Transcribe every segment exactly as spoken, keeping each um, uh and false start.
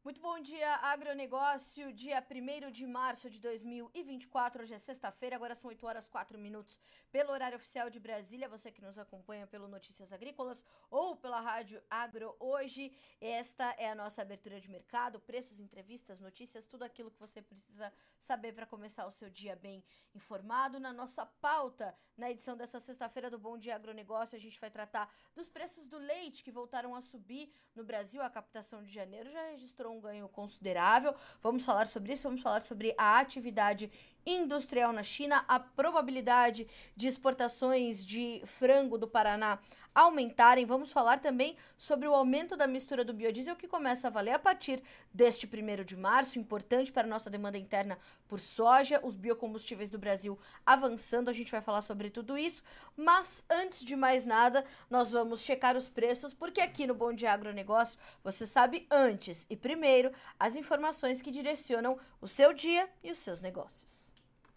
Muito bom dia, agronegócio, dia primeiro de março de dois mil e vinte e quatro, hoje é sexta-feira, agora são oito horas e quatro minutos pelo horário oficial de Brasília, você que nos acompanha pelo Notícias Agrícolas ou pela Rádio Agro Hoje, esta é a nossa abertura de mercado, preços, entrevistas, notícias, tudo aquilo que você precisa saber para começar o seu dia bem informado. Na nossa pauta, na edição dessa sexta-feira do Bom Dia Agronegócio, a gente vai tratar dos preços do leite que voltaram a subir no Brasil, a captação de janeiro já registrou um um ganho considerável. Vamos falar sobre isso, vamos falar sobre a atividade industrial na China, a probabilidade de exportações de frango do Paraná aumentarem. Vamos falar também sobre o aumento da mistura do biodiesel que começa a valer a partir deste primeiro de março, importante para a nossa demanda interna por soja, os biocombustíveis do Brasil avançando, a gente vai falar sobre tudo isso, mas antes de mais nada, nós vamos checar os preços, porque aqui no Bom Dia Agronegócio, você sabe antes e primeiro as informações que direcionam o seu dia e os seus negócios.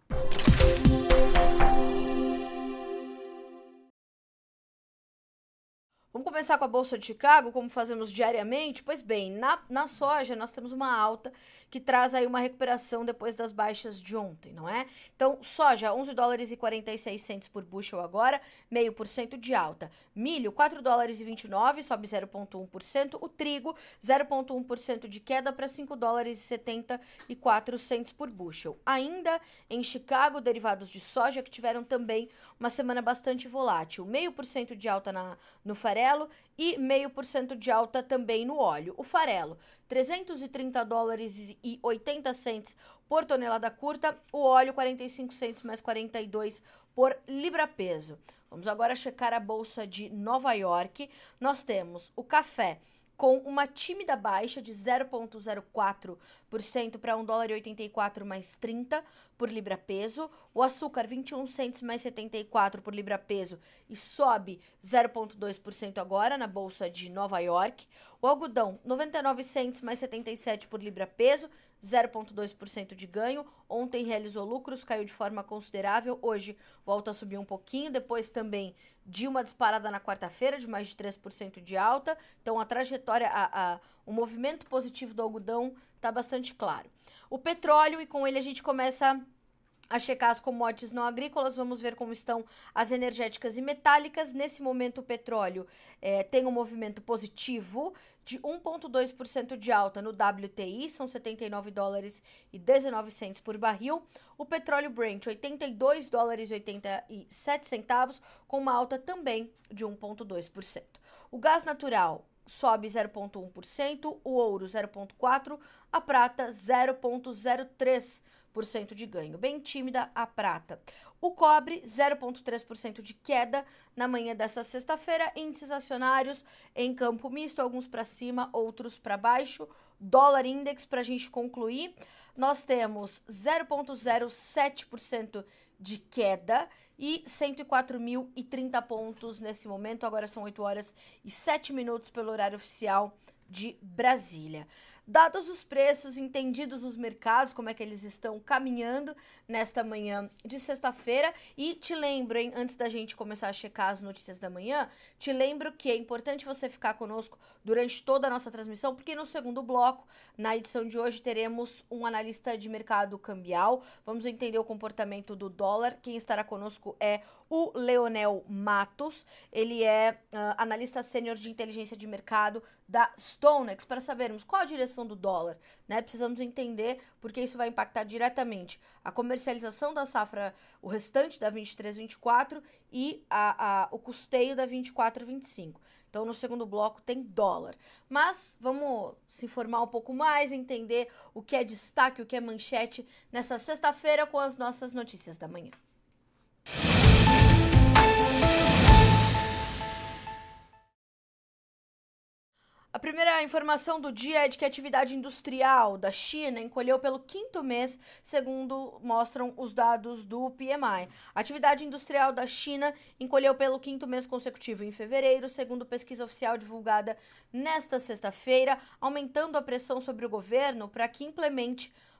Vamos começar com a Bolsa de Chicago, como fazemos diariamente? Pois bem, na, na soja nós temos uma alta que traz aí uma recuperação depois das baixas de ontem, não é? Então, soja, onze dólares e quarenta e seis centos por bushel agora, meio por cento de alta. Milho, quatro dólares e vinte e nove, sobe zero vírgula um por cento. O trigo, zero vírgula um por cento de queda para cinco dólares e setenta e quatro centos por bushel. Ainda em Chicago, derivados de soja que tiveram também uma semana bastante volátil, meio por cento de alta na, no farelo e meio por cento de alta também no óleo. O farelo, trezentos e trinta dólares e oitenta centos por tonelada curta, o óleo quarenta e cinco centos mais quarenta e dois por libra-peso. Vamos agora checar a Bolsa de Nova York. Nós temos o café com uma tímida baixa de zero vírgula zero quatro por cento para um dólar e oitenta e quatro mais trinta por libra-peso. O açúcar, vinte e um centos mais setenta e quatro por libra-peso e sobe zero vírgula dois por cento agora na Bolsa de Nova York. O algodão, noventa e nove centos mais setenta e sete por libra-peso, zero vírgula dois por cento de ganho. Ontem realizou lucros, caiu de forma considerável, hoje volta a subir um pouquinho, depois também de uma disparada na quarta-feira de mais de três por cento de alta. Então a trajetória, a, a, o movimento positivo do algodão está bastante claro. O petróleo, e com ele a gente começa a checar as commodities não agrícolas, vamos ver como estão as energéticas e metálicas. Nesse momento o petróleo é, tem um movimento positivo de um vírgula dois por cento de alta no W T I, são setenta e nove dólares e dezenove centos por barril. O petróleo Brent, oitenta e dois dólares e oitenta e sete centavos, com uma alta também de um vírgula dois por cento. O gás natural sobe zero vírgula um por cento, o ouro zero vírgula quatro por cento, a prata zero vírgula zero três por cento de ganho, bem tímida a prata. O cobre, zero vírgula três por cento de queda na manhã dessa sexta-feira. Índices acionários em campo misto, alguns para cima, outros para baixo. Dólar index, para a gente concluir, nós temos zero vírgula zero sete por cento de queda e cento e quatro mil e trinta pontos nesse momento. Agora são oito horas e sete minutos pelo horário oficial de Brasília. Dados os preços, entendidos os mercados, como é que eles estão caminhando nesta manhã de sexta-feira. E te lembro, hein, antes da gente começar a checar as notícias da manhã, te lembro que é importante você ficar conosco durante toda a nossa transmissão, porque no segundo bloco, na edição de hoje, teremos um analista de mercado cambial. Vamos entender o comportamento do dólar. Quem estará conosco é o Leonel Matos. Ele é uh, analista sênior de inteligência de mercado da StoneX, para sabermos qual a direção do dólar, né? Precisamos entender porque isso vai impactar diretamente a comercialização da safra, o restante da vinte e três vinte e quatro e a, a, o custeio da vinte e quatro vinte e cinco. Então, no segundo bloco tem dólar. Mas vamos se informar um pouco mais, entender o que é destaque, o que é manchete nessa sexta-feira com as nossas notícias da manhã. A primeira informação do dia é de que a atividade industrial da China encolheu pelo quinto mês, segundo mostram os dados do P M I. A atividade industrial da China encolheu pelo quinto mês consecutivo em fevereiro, segundo pesquisa oficial divulgada nesta sexta-feira, aumentando a pressão sobre o governo para que implemente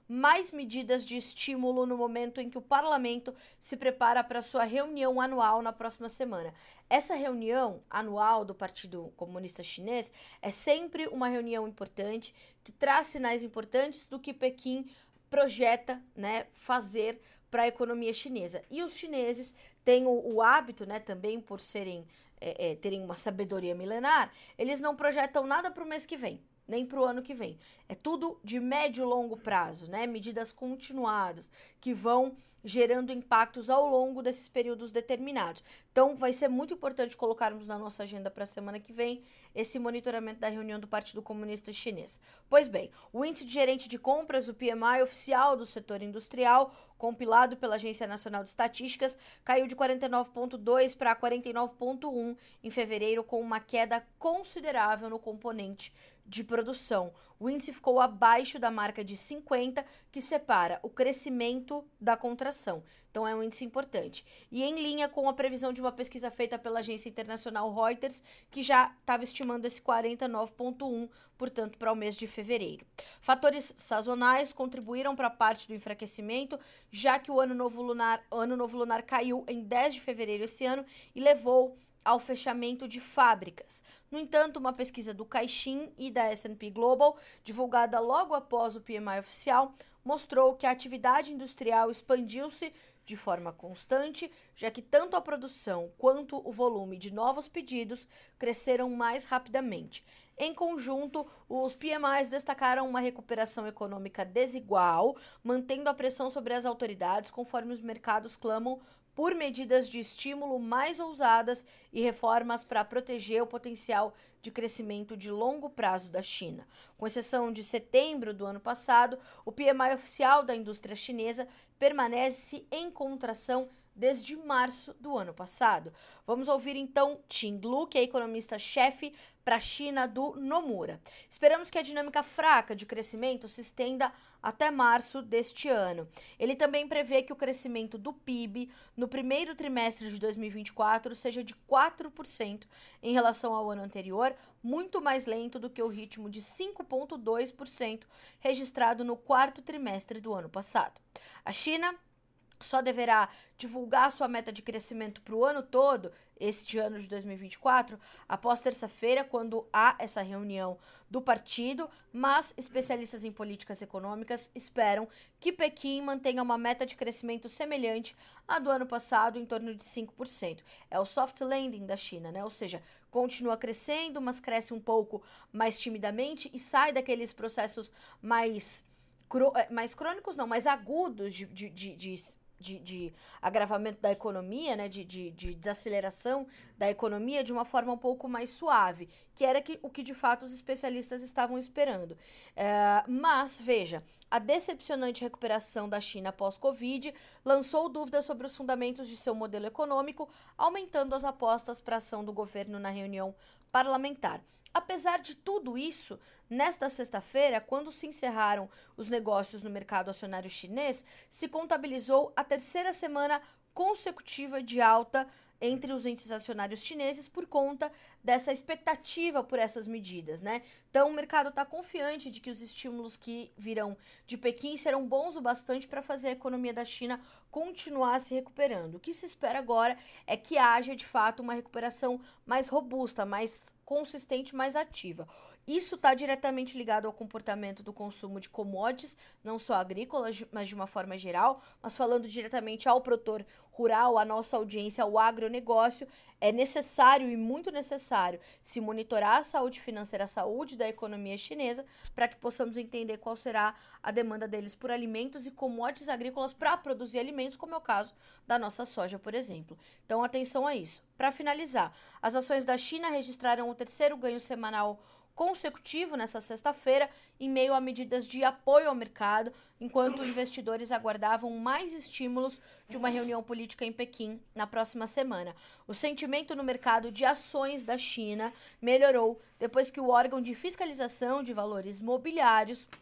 mais medidas de estímulo no momento em que o parlamento se prepara para sua reunião anual na próxima semana. Essa reunião anual do Partido Comunista Chinês é sempre uma reunião importante, que traz sinais importantes do que Pequim projeta, né, fazer para a economia chinesa. E os chineses têm o, o hábito, né, também por serem, é, é, terem uma sabedoria milenar, eles não projetam nada para o mês que vem, nem para o ano que vem. É tudo de médio e longo prazo, né? Medidas continuadas que vão gerando impactos ao longo desses períodos determinados. Então, vai ser muito importante colocarmos na nossa agenda para a semana que vem esse monitoramento da reunião do Partido Comunista Chinês. Pois bem, o índice de gerente de compras, o P M I oficial do setor industrial, compilado pela Agência Nacional de Estatísticas, caiu de quarenta e nove vírgula dois para quarenta e nove vírgula um em fevereiro, com uma queda considerável no componente de produção. O índice ficou abaixo da marca de cinquenta, que separa o crescimento da contração. Então, é um índice importante. E em linha com a previsão de uma pesquisa feita pela agência internacional Reuters, que já estava estimando esse quarenta e nove vírgula um, portanto, para o mês de fevereiro. Fatores sazonais contribuíram para parte do enfraquecimento, já que o ano novo lunar, o ano novo lunar caiu em dez de fevereiro esse ano e levou ao fechamento de fábricas. No entanto, uma pesquisa do Caixin e da S and P Global, divulgada logo após o P M I oficial, mostrou que a atividade industrial expandiu-se de forma constante, já que tanto a produção quanto o volume de novos pedidos cresceram mais rapidamente. Em conjunto, os P M Is destacaram uma recuperação econômica desigual, mantendo a pressão sobre as autoridades conforme os mercados clamam por medidas de estímulo mais ousadas e reformas para proteger o potencial de crescimento de longo prazo da China. Com exceção de setembro do ano passado, o P M I oficial da indústria chinesa permanece em contração desde março do ano passado. Vamos ouvir então Ting Lu, que é economista-chefe para a China do Nomura. Esperamos que a dinâmica fraca de crescimento se estenda até março deste ano. Ele também prevê que o crescimento do P I B no primeiro trimestre de dois mil e vinte e quatro seja de quatro por cento em relação ao ano anterior, muito mais lento do que o ritmo de cinco vírgula dois por cento registrado no quarto trimestre do ano passado. A China só deverá divulgar sua meta de crescimento para o ano todo, este ano de dois mil e vinte e quatro, após terça-feira, quando há essa reunião do partido, mas especialistas em políticas econômicas esperam que Pequim mantenha uma meta de crescimento semelhante à do ano passado, em torno de cinco por cento. É o soft landing da China, né? Ou seja, continua crescendo, mas cresce um pouco mais timidamente e sai daqueles processos mais, mais crônicos, não, mais agudos de, de, de, de De, de agravamento da economia, né, de, de, de desaceleração da economia de uma forma um pouco mais suave, que era que, o que de fato os especialistas estavam esperando. É, mas, veja, a decepcionante recuperação da China após Covid lançou dúvidas sobre os fundamentos de seu modelo econômico, aumentando as apostas para a ação do governo na reunião parlamentar. Apesar de tudo isso, nesta sexta-feira, quando se encerraram os negócios no mercado acionário chinês, se contabilizou a terceira semana consecutiva de alta entre os índices acionários chineses por conta dessa expectativa por essas medidas, né? Então, o mercado está confiante de que os estímulos que virão de Pequim serão bons o bastante para fazer a economia da China continuar se recuperando. O que se espera agora é que haja, de fato, uma recuperação mais robusta, mais consistente, mais ativa. Isso está diretamente ligado ao comportamento do consumo de commodities, não só agrícolas, mas de uma forma geral, mas falando diretamente ao produtor rural, à nossa audiência, ao agronegócio, é necessário e muito necessário se monitorar a saúde financeira, a saúde da economia chinesa, para que possamos entender qual será a demanda deles por alimentos e commodities agrícolas para produzir alimentos, como é o caso da nossa soja, por exemplo. Então, atenção a isso. Para finalizar, as ações da China registraram o terceiro ganho semanal consecutivo nessa sexta-feira, em meio a medidas de apoio ao mercado, enquanto investidores aguardavam mais estímulos de uma reunião política em Pequim na próxima semana. O sentimento no mercado de ações da China melhorou depois que o órgão de fiscalização de valores mobiliários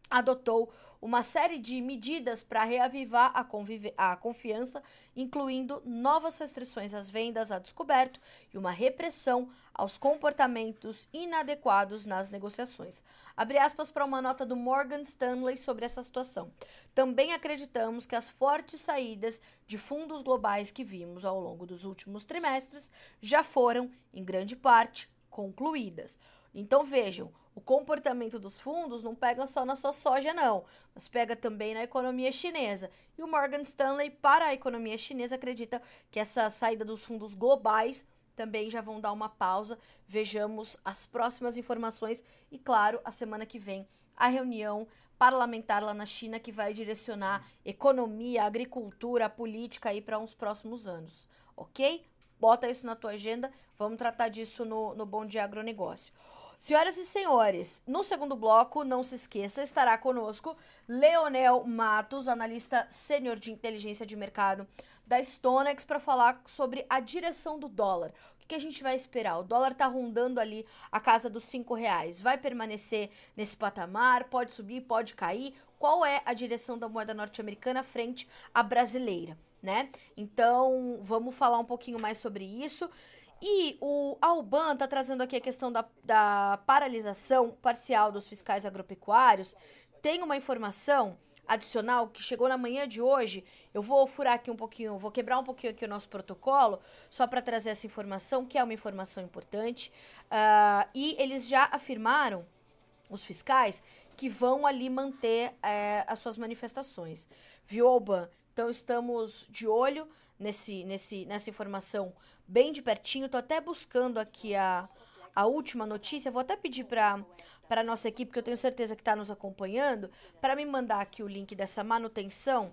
adotou uma série de medidas para reavivar a, a confiança, incluindo novas restrições às vendas a descoberto e uma repressão aos comportamentos inadequados nas negociações. Abre aspas para uma nota do Morgan Stanley sobre essa situação. Também acreditamos que as fortes saídas de fundos globais que vimos ao longo dos últimos trimestres já foram, em grande parte, concluídas. Então vejam, o comportamento dos fundos não pega só na sua soja não, mas pega também na economia chinesa. E o Morgan Stanley, para a economia chinesa, acredita que essa saída dos fundos globais também já vão dar uma pausa. Vejamos as próximas informações e, claro, a semana que vem, a reunião parlamentar lá na China que vai direcionar economia, agricultura, política aí para uns próximos anos, ok? Bota isso na tua agenda, vamos tratar disso no, no Bom Dia Agronegócio. Senhoras e senhores, no segundo bloco, não se esqueça, estará conosco Leonel Matos, analista sênior de inteligência de mercado da StoneX, para falar sobre a direção do dólar. O que a gente vai esperar? O dólar está rondando ali a casa dos cinco reais. Vai permanecer nesse patamar? Pode subir? Pode cair? Qual é a direção da moeda norte-americana frente à brasileira, né? Então, vamos falar um pouquinho mais sobre isso. E o Alban está trazendo aqui a questão da, da paralisação parcial dos fiscais agropecuários. Tem uma informação adicional que chegou na manhã de hoje. Eu vou furar aqui um pouquinho, vou quebrar um pouquinho aqui o nosso protocolo, só para trazer essa informação, que é uma informação importante. Uh, e eles já afirmaram, os fiscais, que vão ali manter é, as suas manifestações. Viu, Alban? Então, estamos de olho nesse, nesse, nessa informação bem de pertinho. Tô até buscando aqui a, a última notícia. Vou até pedir para a nossa equipe, que eu tenho certeza que está nos acompanhando, para me mandar aqui o link dessa manutenção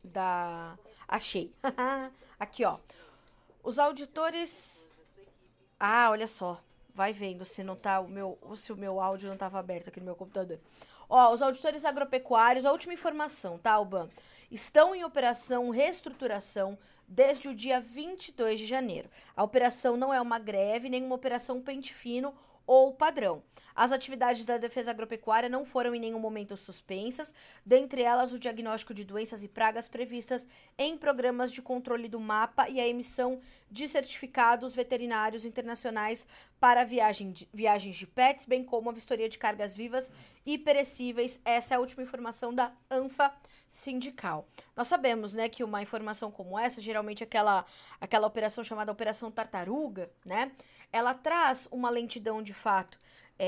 da... Achei. Aqui, ó. Os auditores... Ah, olha só. Vai vendo se não tá o meu, se o meu áudio não estava aberto aqui no meu computador. Ó, os auditores agropecuários, a última informação, tá, Alban? Estão em operação reestruturação desde o dia vinte e dois de janeiro. A operação não é uma greve, nem uma operação pente fino ou padrão. As atividades da defesa agropecuária não foram em nenhum momento suspensas, dentre elas o diagnóstico de doenças e pragas previstas em programas de controle do mapa e a emissão de certificados veterinários internacionais para viagem de, viagens de pets, bem como a vistoria de cargas vivas e perecíveis. Essa é a última informação da ANFA sindical. Nós sabemos, né, que uma informação como essa, geralmente aquela, aquela operação chamada Operação Tartaruga, né, ela traz uma lentidão de fato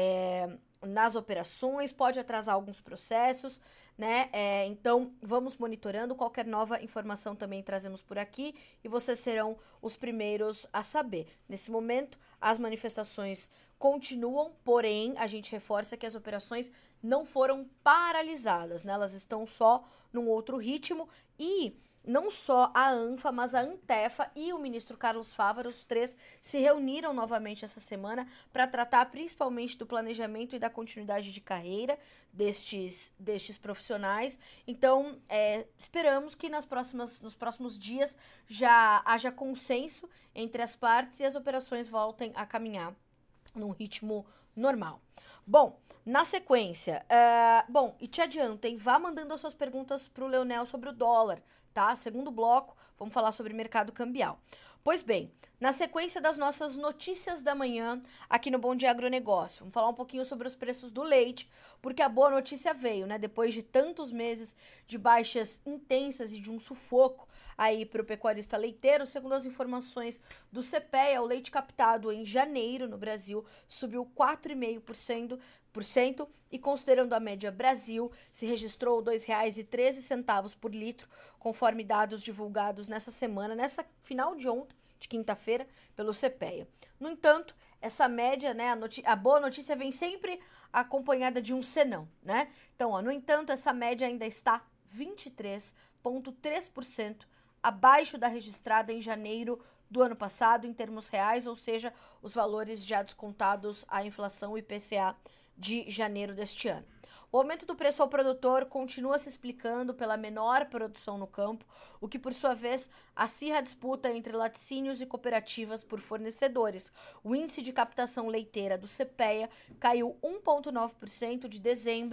é, nas operações, pode atrasar alguns processos, né, é, então vamos monitorando, qualquer nova informação também trazemos por aqui e vocês serão os primeiros a saber. Nesse momento, as manifestações continuam, porém, a gente reforça que as operações não foram paralisadas, né? Elas estão só num outro ritmo e não só a ANFA, mas a ANTEFA e o ministro Carlos Fávaro, os três, se reuniram novamente essa semana para tratar principalmente do planejamento e da continuidade de carreira destes, destes profissionais. Então, é, esperamos que nas próximas, nos próximos dias já haja consenso entre as partes e as operações voltem a caminhar num ritmo normal. Bom, na sequência, uh, bom, e te adiantem, vá mandando as suas perguntas para o Leonel sobre o dólar, tá? Segundo bloco, vamos falar sobre mercado cambial. Pois bem, na sequência das nossas notícias da manhã aqui no Bom Dia Agronegócio, vamos falar um pouquinho sobre os preços do leite, porque a boa notícia veio, né? Depois de tantos meses de baixas intensas e de um sufoco aí para o pecuarista leiteiro, segundo as informações do CEPEA, o leite captado em janeiro no Brasil subiu quatro vírgula cinco por cento e, considerando a média Brasil, se registrou dois reais e treze centavos por litro, conforme dados divulgados nessa semana, nessa final de ontem, de quinta-feira, pelo CEPEA. No entanto, essa média, né, a, a boa notícia vem sempre acompanhada de um senão, né? Então, ó, no entanto, essa média ainda está vinte e três vírgula três por cento abaixo da registrada em janeiro do ano passado, em termos reais, ou seja, os valores já descontados à inflação I P C A de janeiro deste ano. O aumento do preço ao produtor continua se explicando pela menor produção no campo, o que, por sua vez, acirra a disputa entre laticínios e cooperativas por fornecedores. O índice de captação leiteira do CEPEA caiu um vírgula nove por cento de dezembro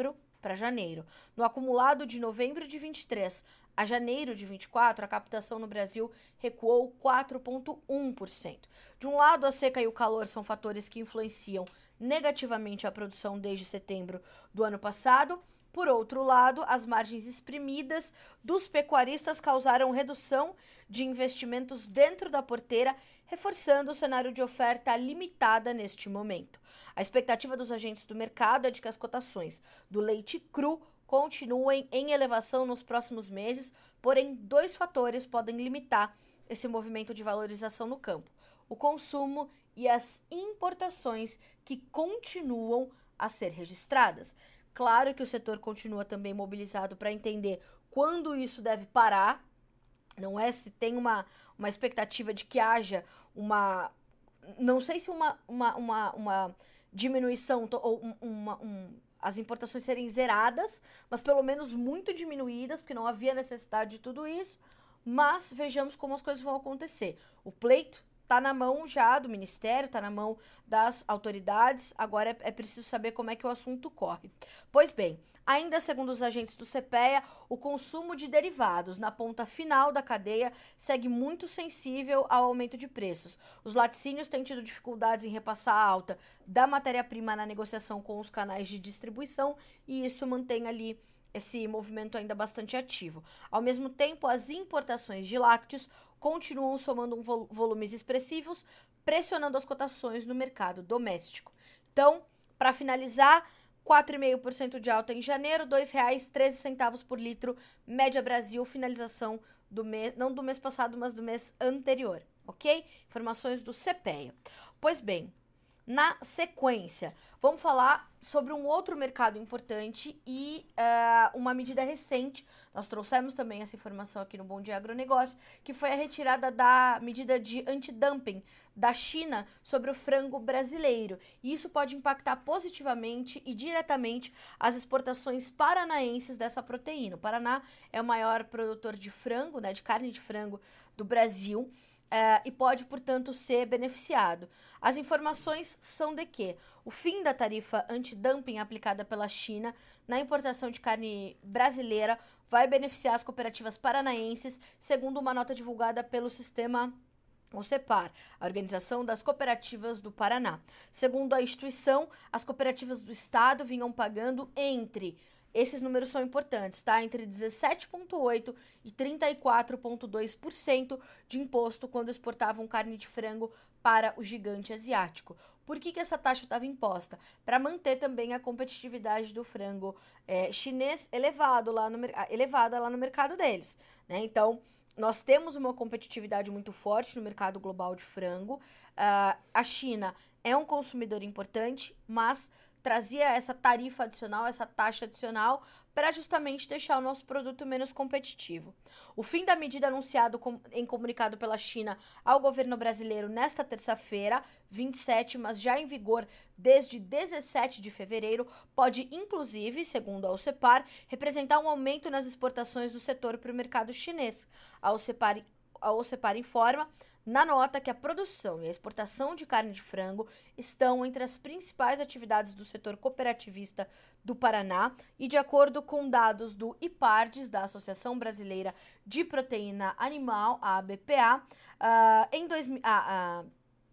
para janeiro. No acumulado de novembro de vinte e três a janeiro de vinte e quatro, a captação no Brasil recuou quatro vírgula um por cento. De um lado, a seca e o calor são fatores que influenciam negativamente a produção desde setembro do ano passado. Por outro lado, as margens exprimidas dos pecuaristas causaram redução de investimentos dentro da porteira, reforçando o cenário de oferta limitada neste momento. A expectativa dos agentes do mercado é de que as cotações do leite cru continuem em elevação nos próximos meses, porém, dois fatores podem limitar esse movimento de valorização no campo: o consumo e as importações, que continuam a ser registradas. Claro que o setor continua também mobilizado para entender quando isso deve parar, não é se tem uma, uma expectativa de que haja uma, não sei se uma, uma, uma, uma diminuição ou uma, um, as importações serem zeradas, mas pelo menos muito diminuídas, porque não havia necessidade de tudo isso, mas vejamos como as coisas vão acontecer. O pleito está na mão já do Ministério, está na mão das autoridades, agora é, é preciso saber como é que o assunto corre. Pois bem, ainda segundo os agentes do CEPEA, o consumo de derivados na ponta final da cadeia segue muito sensível ao aumento de preços. Os laticínios têm tido dificuldades em repassar a alta da matéria-prima na negociação com os canais de distribuição, e isso mantém ali esse movimento ainda bastante ativo. Ao mesmo tempo, as importações de lácteos continuam somando um vol- volumes expressivos, pressionando as cotações no mercado doméstico. Então, para finalizar, quatro vírgula cinco por cento de alta em janeiro, dois reais e treze centavos por litro, média Brasil, finalização do mês, não do mês passado, mas do mês anterior, ok? Informações do CEPEA. Pois bem, na sequência, vamos falar sobre um outro mercado importante e uh, uma medida recente. Nós trouxemos também essa informação aqui no Bom Dia Agronegócio, que foi a retirada da medida de antidumping da China sobre o frango brasileiro. E isso pode impactar positivamente e diretamente as exportações paranaenses dessa proteína. O Paraná é o maior produtor de frango, né, de carne de frango do Brasil. Uh, e pode, portanto, ser beneficiado. As informações são de que o fim da tarifa antidumping aplicada pela China na importação de carne brasileira vai beneficiar as cooperativas paranaenses, segundo uma nota divulgada pelo sistema OCEPAR, a Organização das Cooperativas do Paraná. Segundo a instituição, as cooperativas do estado vinham pagando entre... Esses números são importantes, tá? Entre dezessete vírgula oito por cento e trinta e quatro vírgula dois por cento de imposto quando exportavam carne de frango para o gigante asiático. Por que que essa taxa estava imposta? Para manter também a competitividade do frango é, chinês elevado lá no, elevada lá no mercado deles, né? Então, nós temos uma competitividade muito forte no mercado global de frango. Uh, a China é um consumidor importante, mas trazia essa tarifa adicional, essa taxa adicional, para justamente deixar o nosso produto menos competitivo. O fim da medida anunciado com, em comunicado pela China ao governo brasileiro nesta terça-feira, vinte e sete, mas já em vigor desde dezessete de fevereiro, pode inclusive, segundo a OCEPAR, representar um aumento nas exportações do setor para o mercado chinês. A OCEPAR, a OCEPAR informa na nota que a produção e a exportação de carne de frango estão entre as principais atividades do setor cooperativista do Paraná e, de acordo com dados do IPARDES, da Associação Brasileira de Proteína Animal, a A B P A, uh, em dois, uh, uh,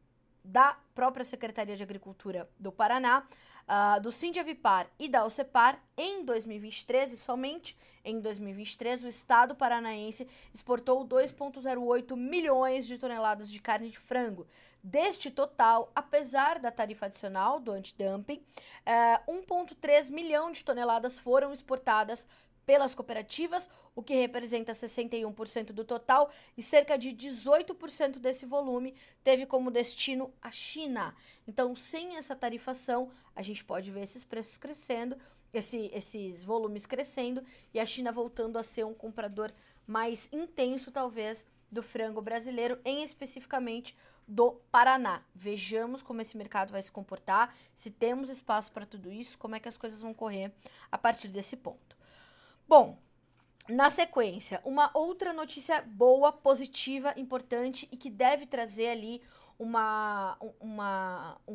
da própria Secretaria de Agricultura do Paraná, uh, do Sindavipar e da OCEPAR, em dois mil e vinte e três, e somente em dois mil e vinte e três, o estado paranaense exportou dois vírgula zero oito milhões de toneladas de carne de frango. Deste total, apesar da tarifa adicional do antidumping, uh, um vírgula três milhão de toneladas foram exportadas pelas cooperativas, o que representa sessenta e um por cento do total, e cerca de dezoito por cento desse volume teve como destino a China. Então, sem essa tarifação, a gente pode ver esses preços crescendo, esse, esses volumes crescendo, e a China voltando a ser um comprador mais intenso, talvez, do frango brasileiro, em especificamente do Paraná. Vejamos como esse mercado vai se comportar, se temos espaço para tudo isso, como é que as coisas vão correr a partir desse ponto. Bom, na sequência, uma outra notícia boa, positiva, importante e que deve trazer ali uma, uma, um,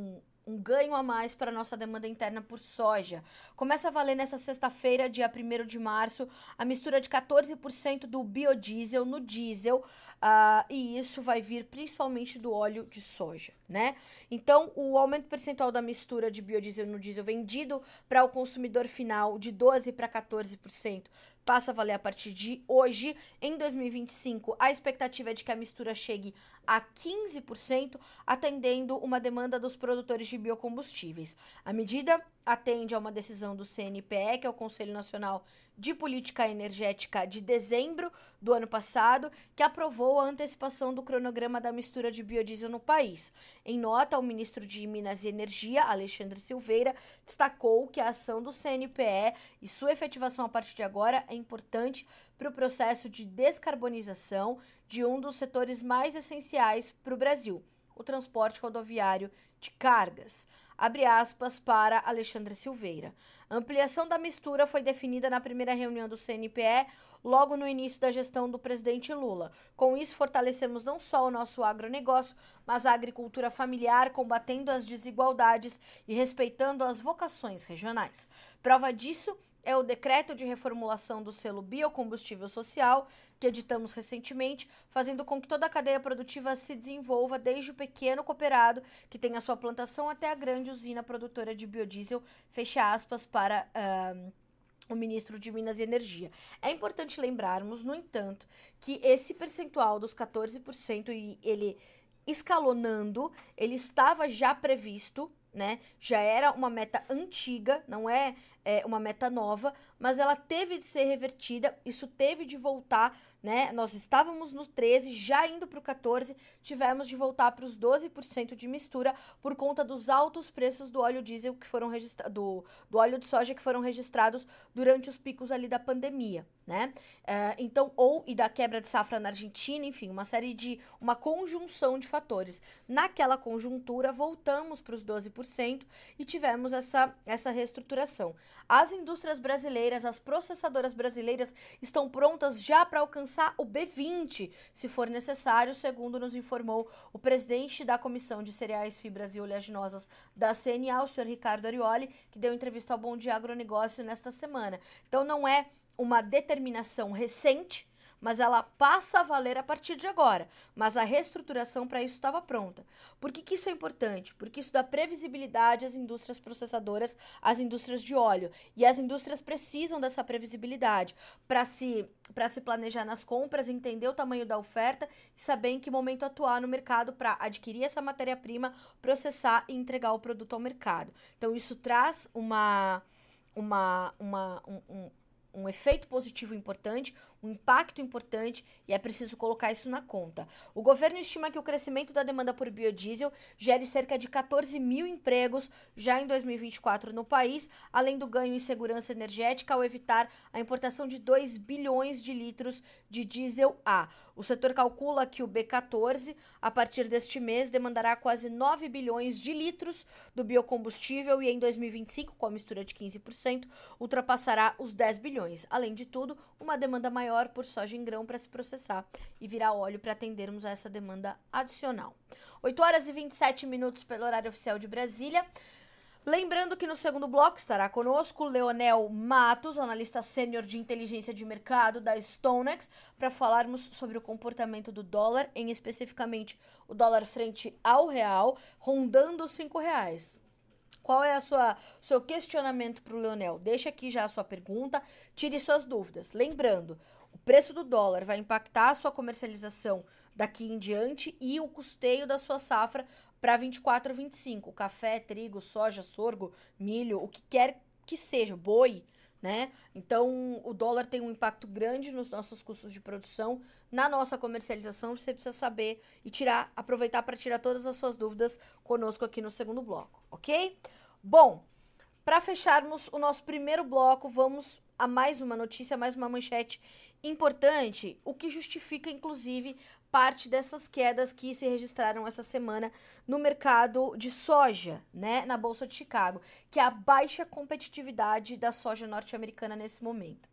um ganho a mais para a nossa demanda interna por soja. Começa a valer nessa sexta-feira, dia primeiro de março, a mistura de quatorze por cento do biodiesel no diesel, uh, e isso vai vir principalmente do óleo de soja, né? Então, o aumento percentual da mistura de biodiesel no diesel vendido para o consumidor final de doze para quatorze por cento passa a valer a partir de hoje. Em dois mil e vinte e cinco, a expectativa é de que a mistura chegue a quinze por cento, atendendo uma demanda dos produtores de biocombustíveis. A medida atende a uma decisão do C N P E, que é o Conselho Nacional de Política Energética, de dezembro do ano passado, que aprovou a antecipação do cronograma da mistura de biodiesel no país. Em nota, o ministro de Minas e Energia, Alexandre Silveira, destacou que a ação do C N P E e sua efetivação a partir de agora é importante para o processo de descarbonização de um dos setores mais essenciais para o Brasil, o transporte rodoviário de cargas. Abre aspas para Alexandre Silveira. A ampliação da mistura foi definida na primeira reunião do C N P E, logo no início da gestão do presidente Lula. Com isso, fortalecemos não só o nosso agronegócio, mas a agricultura familiar, combatendo as desigualdades e respeitando as vocações regionais. Prova disso é o decreto de reformulação do selo Biocombustível Social, que editamos recentemente, fazendo com que toda a cadeia produtiva se desenvolva, desde o pequeno cooperado, que tem a sua plantação, até a grande usina produtora de biodiesel, fecha aspas para uh, o ministro de Minas e Energia. É importante lembrarmos, no entanto, que esse percentual dos quatorze por cento, e ele escalonando, ele estava já previsto, né? Já era uma meta antiga, não é, é uma meta nova, mas ela teve de ser revertida, isso teve de voltar, né? Nós estávamos no treze, já indo para o quatorze, tivemos de voltar para os doze por cento de mistura por conta dos altos preços do óleo diesel que foram registrados, do, do óleo de soja que foram registrados durante os picos ali da pandemia, né? Uh, então, ou e da quebra de safra na Argentina, enfim, uma série de, uma conjunção de fatores. Naquela conjuntura, voltamos para os doze por cento e tivemos essa, essa reestruturação. As indústrias brasileiras, as processadoras brasileiras estão prontas já para alcançar o B vinte, se for necessário, segundo nos informou o presidente da Comissão de Cereais, Fibras e Oleaginosas da C N A, o senhor Ricardo Arioli, que deu entrevista ao Bom Dia Agronegócio nesta semana. Então, não é uma determinação recente, mas ela passa a valer a partir de agora. Mas a reestruturação para isso estava pronta. Por que que isso é importante? Porque isso dá previsibilidade às indústrias processadoras, às indústrias de óleo. E as indústrias precisam dessa previsibilidade para se, para se planejar nas compras, entender o tamanho da oferta e saber em que momento atuar no mercado para adquirir essa matéria-prima, processar e entregar o produto ao mercado. Então, isso traz uma, uma, uma, um, um um efeito positivo importante, um impacto importante, e é preciso colocar isso na conta. O governo estima que o crescimento da demanda por biodiesel gere cerca de quatorze mil empregos já em dois mil e vinte e quatro no país, além do ganho em segurança energética ao evitar a importação de dois bilhões de litros de diesel A. O setor calcula que o B quatorze, a partir deste mês, demandará quase nove bilhões de litros do biocombustível e em dois mil e vinte e cinco, com a mistura de quinze por cento, ultrapassará os dez bilhões. Além de tudo, uma demanda maior por soja em grão para se processar e virar óleo para atendermos a essa demanda adicional. oito horas e vinte e sete minutos pelo horário oficial de Brasília. Lembrando que no segundo bloco estará conosco Leonel Matos, analista sênior de inteligência de mercado da StoneX, para falarmos sobre o comportamento do dólar, em especificamente o dólar frente ao real, rondando os cinco reais. Qual é a sua seu questionamento para o Leonel? Deixa aqui já a sua pergunta, tire suas dúvidas. Lembrando, o preço do dólar vai impactar a sua comercialização daqui em diante e o custeio da sua safra para vinte e quatro, vinte e cinco. Café, trigo, soja, sorgo, milho, o que quer que seja, boi, né? Então, o dólar tem um impacto grande nos nossos custos de produção, na nossa comercialização. Você precisa saber e tirar, aproveitar para tirar todas as suas dúvidas conosco aqui no segundo bloco, ok? Bom, para fecharmos o nosso primeiro bloco, vamos a mais uma notícia, mais uma manchete importante, o que justifica, inclusive, parte dessas quedas que se registraram essa semana no mercado de soja, né, na Bolsa de Chicago, que é a baixa competitividade da soja norte-americana nesse momento.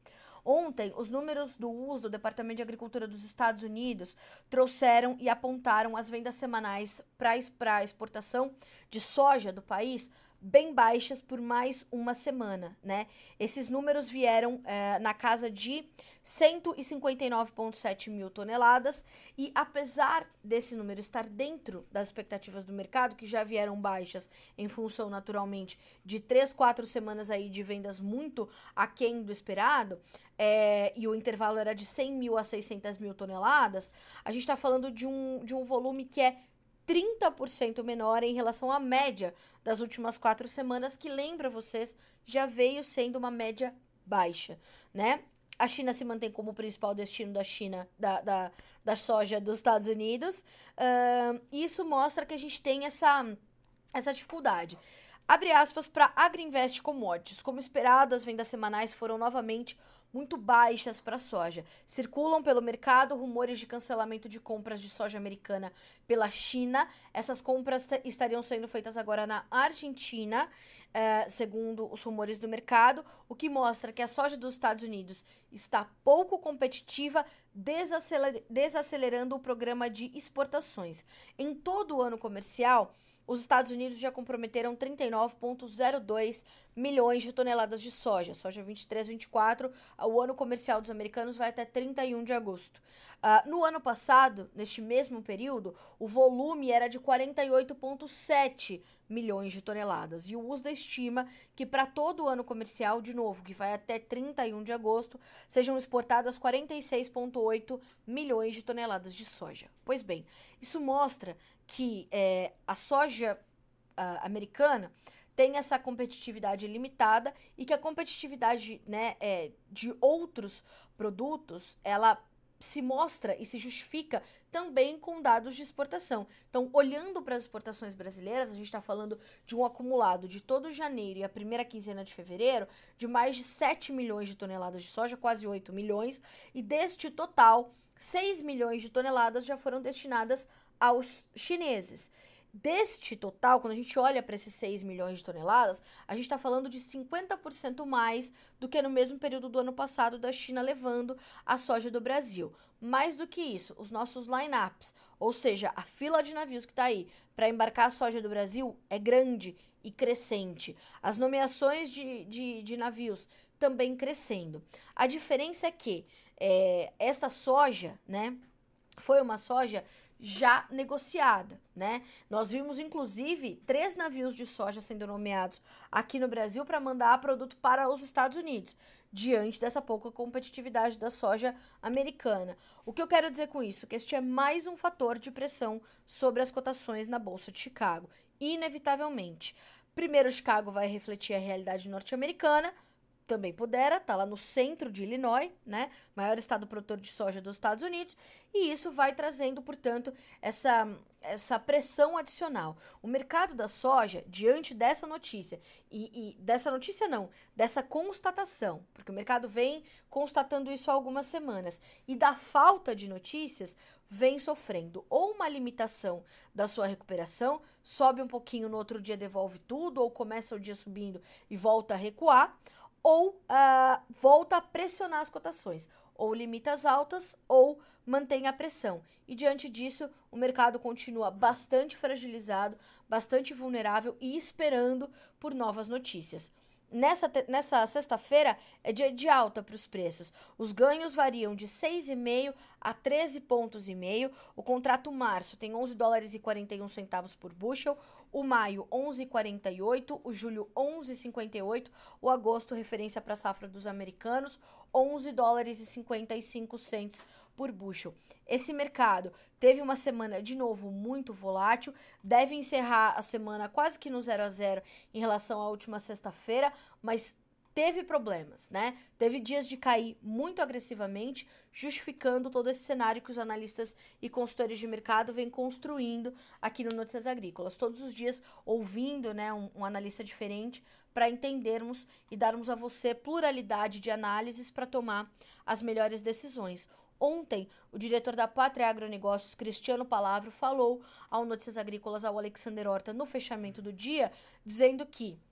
Ontem, os números do U S, do Departamento de Agricultura dos Estados Unidos, trouxeram e apontaram as vendas semanais para a exportação de soja do país bem baixas por mais uma semana, né? Esses números vieram é, na casa de cento e cinquenta e nove vírgula sete mil toneladas e apesar desse número estar dentro das expectativas do mercado, que já vieram baixas em função, naturalmente, de três, quatro semanas aí de vendas muito aquém do esperado, é, e o intervalo era de cem mil a seiscentas mil toneladas, a gente está falando de um, de um volume que é trinta por cento menor em relação à média das últimas quatro semanas, que, lembra vocês, já veio sendo uma média baixa, né? A China se mantém como o principal destino da China, da, da, da soja dos Estados Unidos. Uh, isso mostra que a gente tem essa, essa dificuldade. Abre aspas para Agriinvest Commodities. Como esperado, as vendas semanais foram novamente muito baixas para a soja. Circulam pelo mercado rumores de cancelamento de compras de soja americana pela China. Essas compras estariam sendo feitas agora na Argentina, eh, segundo os rumores do mercado, o que mostra que a soja dos Estados Unidos está pouco competitiva, desaceler- desacelerando o programa de exportações. Em todo o ano comercial, os Estados Unidos já comprometeram trinta e nove vírgula zero dois milhões de toneladas de soja. Soja vinte e três, vinte e quatro, o ano comercial dos americanos vai até trinta e um de agosto. Uh, no ano passado, neste mesmo período, o volume era de quarenta e oito vírgula sete milhões de toneladas. E o U S D A estima que para todo o ano comercial, de novo, que vai até trinta e um de agosto, sejam exportadas quarenta e seis vírgula oito milhões de toneladas de soja. Pois bem, isso mostra que é, a soja uh, americana tem essa competitividade limitada e que a competitividade, né, é, de outros produtos, ela se mostra e se justifica também com dados de exportação. Então, olhando para as exportações brasileiras, a gente está falando de um acumulado de todo janeiro e a primeira quinzena de fevereiro de mais de sete milhões de toneladas de soja, quase oito milhões, e deste total, seis milhões de toneladas já foram destinadas aos chineses. Deste total, quando a gente olha para esses seis milhões de toneladas, a gente está falando de cinquenta por cento mais do que no mesmo período do ano passado da China levando a soja do Brasil. Mais do que isso, os nossos line-ups, ou seja, a fila de navios que está aí para embarcar a soja do Brasil é grande e crescente. As nomeações de, de, de navios também crescendo. A diferença é que é, essa soja, né, foi uma soja já negociada, né? Nós vimos, inclusive, três navios de soja sendo nomeados aqui no Brasil para mandar produto para os Estados Unidos, diante dessa pouca competitividade da soja americana. O que eu quero dizer com isso? Que este é mais um fator de pressão sobre as cotações na Bolsa de Chicago, inevitavelmente. Primeiro, Chicago vai refletir a realidade norte-americana, também pudera, tá lá no centro de Illinois, né, maior estado produtor de soja dos Estados Unidos, e isso vai trazendo, portanto, essa, essa pressão adicional. O mercado da soja, diante dessa notícia, e, e dessa notícia não, dessa constatação, porque o mercado vem constatando isso há algumas semanas, e da falta de notícias, vem sofrendo ou uma limitação da sua recuperação, sobe um pouquinho, no outro dia devolve tudo, ou começa o dia subindo e volta a recuar, ou uh, volta a pressionar as cotações, ou limita as altas, ou mantém a pressão. E diante disso, o mercado continua bastante fragilizado, bastante vulnerável e esperando por novas notícias. Nessa, nessa sexta-feira é dia de alta para os preços. Os ganhos variam de seis vírgula cinco a treze pontos e meio. O contrato março tem onze dólares e quarenta e um centavos por bushel, o maio onze vírgula quarenta e oito, o julho onze vírgula cinquenta e oito, o agosto, referência para a safra dos americanos, onze dólares e cinquenta e cinco centavos por bushel. Esse mercado teve uma semana, de novo, muito volátil, deve encerrar a semana quase que no zero a zero em relação à última sexta-feira, mas teve problemas, né? Teve dias de cair muito agressivamente, justificando todo esse cenário que os analistas e consultores de mercado vêm construindo aqui no Notícias Agrícolas. Todos os dias ouvindo, né, um, um analista diferente para entendermos e darmos a você pluralidade de análises para tomar as melhores decisões. Ontem, o diretor da Pátria Agronegócios, Cristiano Palavro, falou ao Notícias Agrícolas, ao Alexander Horta, no fechamento do dia, dizendo que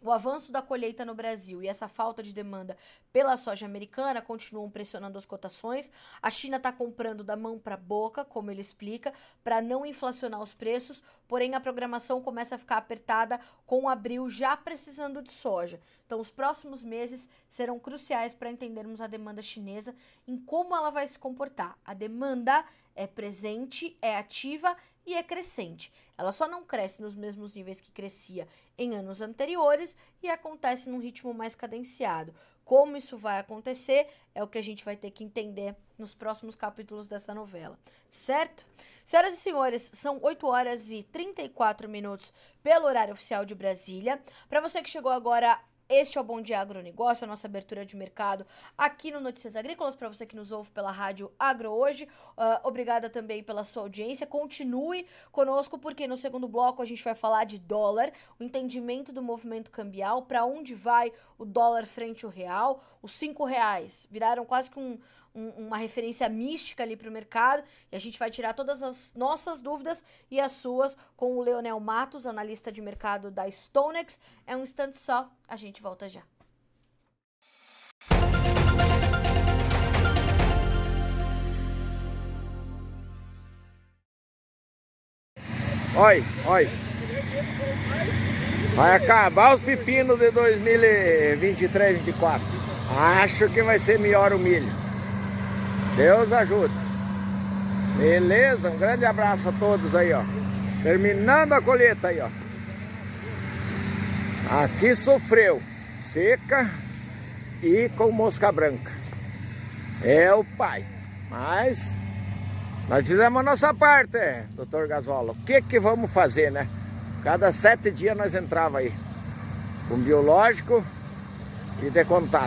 O avanço da colheita no Brasil e essa falta de demanda pela soja americana continuam pressionando as cotações. A China está comprando da mão para a boca, como ele explica, para não inflacionar os preços, porém a programação começa a ficar apertada com abril já precisando de soja. Então os próximos meses serão cruciais para entendermos a demanda chinesa em como ela vai se comportar. A demanda é presente, é ativa e é crescente. Ela só não cresce nos mesmos níveis que crescia em anos anteriores e acontece num ritmo mais cadenciado. Como isso vai acontecer é o que a gente vai ter que entender nos próximos capítulos dessa novela, certo? Senhoras e senhores, são oito horas e trinta e quatro minutos pelo horário oficial de Brasília. Para você que chegou agora, este é o Bom Dia Agronegócio, a nossa abertura de mercado aqui no Notícias Agrícolas, para você que nos ouve pela Rádio Agro Hoje. Uh, obrigada também pela sua audiência. Continue conosco, porque no segundo bloco a gente vai falar de dólar, o entendimento do movimento cambial, para onde vai o dólar frente ao real. Os cinco reais viraram quase que um, um, uma referência mística ali para o mercado, e a gente vai tirar todas as nossas dúvidas e as suas com o Leonel Matos, analista de mercado da StoneX. É um instante só, a gente volta já. Oi, oi. Vai acabar os pepinos de dois mil e vinte e três, vinte e quatro. Acho que vai ser melhor o milho. Deus ajuda. Beleza? Um grande abraço a todos aí, ó. Terminando a colheita aí, ó. Aqui sofreu seca e com mosca branca. É o pai. Mas nós fizemos a nossa parte, doutor Gasola. O que que vamos fazer, né? Cada sete dias nós entrava aí com biológico e de contato.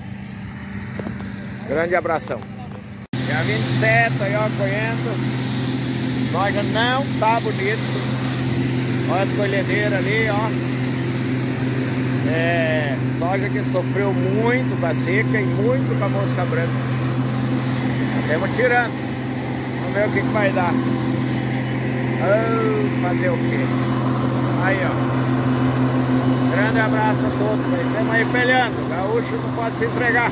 Grande abração. Dia vinte e sete aí, ó, colhendo. Soja não tá bonito. Olha as colhedeiras ali, ó. É, soja que sofreu muito com a seca e muito com a mosca branca. Estamos tirando. Vamos ver o que, que vai dar. Oh, fazer o quê? Aí, ó. Grande abraço a todos. Estamos aí peleando. O gaúcho não pode se entregar.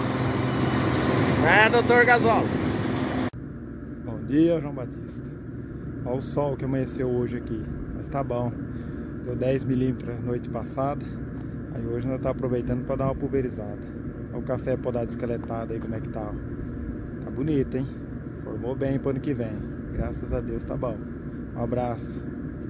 É, doutor Gasola. Bom dia, João Batista. Olha o sol que amanheceu hoje aqui. Mas tá bom. Deu dez milímetros noite passada. Aí hoje nós tá aproveitando para dar uma pulverizada. Olha o café podado esqueletado aí, como é que tá. Tá bonito, hein? Formou bem pro ano que vem. Graças a Deus tá bom. Um abraço.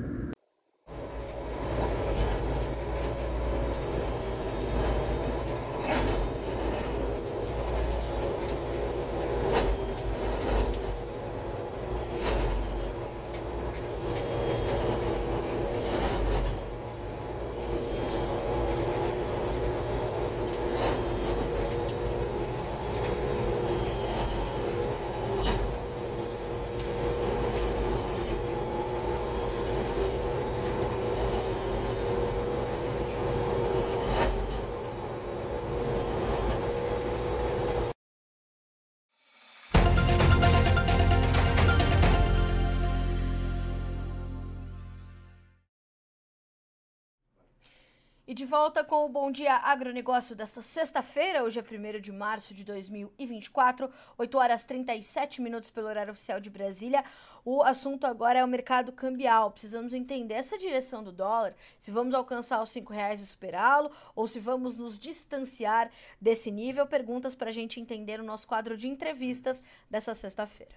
E de volta com o Bom Dia Agronegócio desta sexta-feira, hoje é primeiro de março de dois mil e vinte e quatro, oito horas e trinta e sete minutos pelo horário oficial de Brasília. O assunto agora é o mercado cambial. Precisamos entender essa direção do dólar, se vamos alcançar os cinco reais e superá-lo, ou se vamos nos distanciar desse nível. Perguntas para a gente entender o nosso quadro de entrevistas dessa sexta-feira.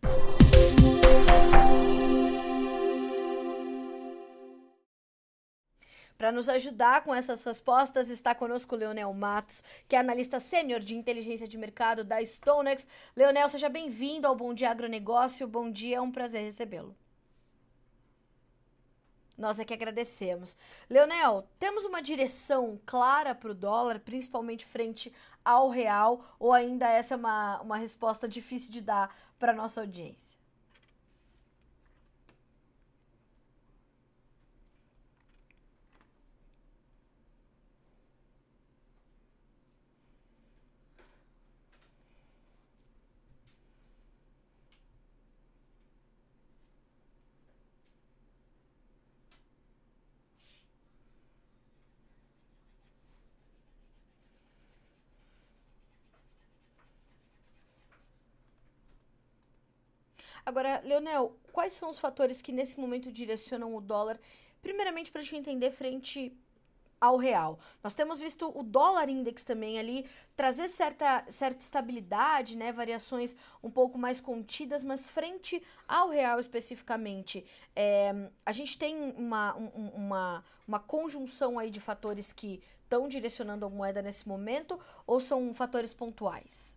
Para nos ajudar com essas respostas, está conosco o Leonel Matos, que é analista sênior de inteligência de mercado da StoneX. Leonel, seja bem-vindo ao Bom Dia Agronegócio. Bom dia, é um prazer recebê-lo. Nós é que agradecemos. Leonel, temos uma direção clara para o dólar, principalmente frente ao real, ou ainda essa é uma, uma resposta difícil de dar para a nossa audiência? Agora, Leonel, quais são os fatores que nesse momento direcionam o dólar, primeiramente para a gente entender frente ao real? Nós temos visto o dólar index também ali trazer certa, certa estabilidade, né, variações um pouco mais contidas, mas frente ao real especificamente, é, a gente tem uma, um, uma, uma conjunção aí de fatores que estão direcionando a moeda nesse momento, ou são fatores pontuais?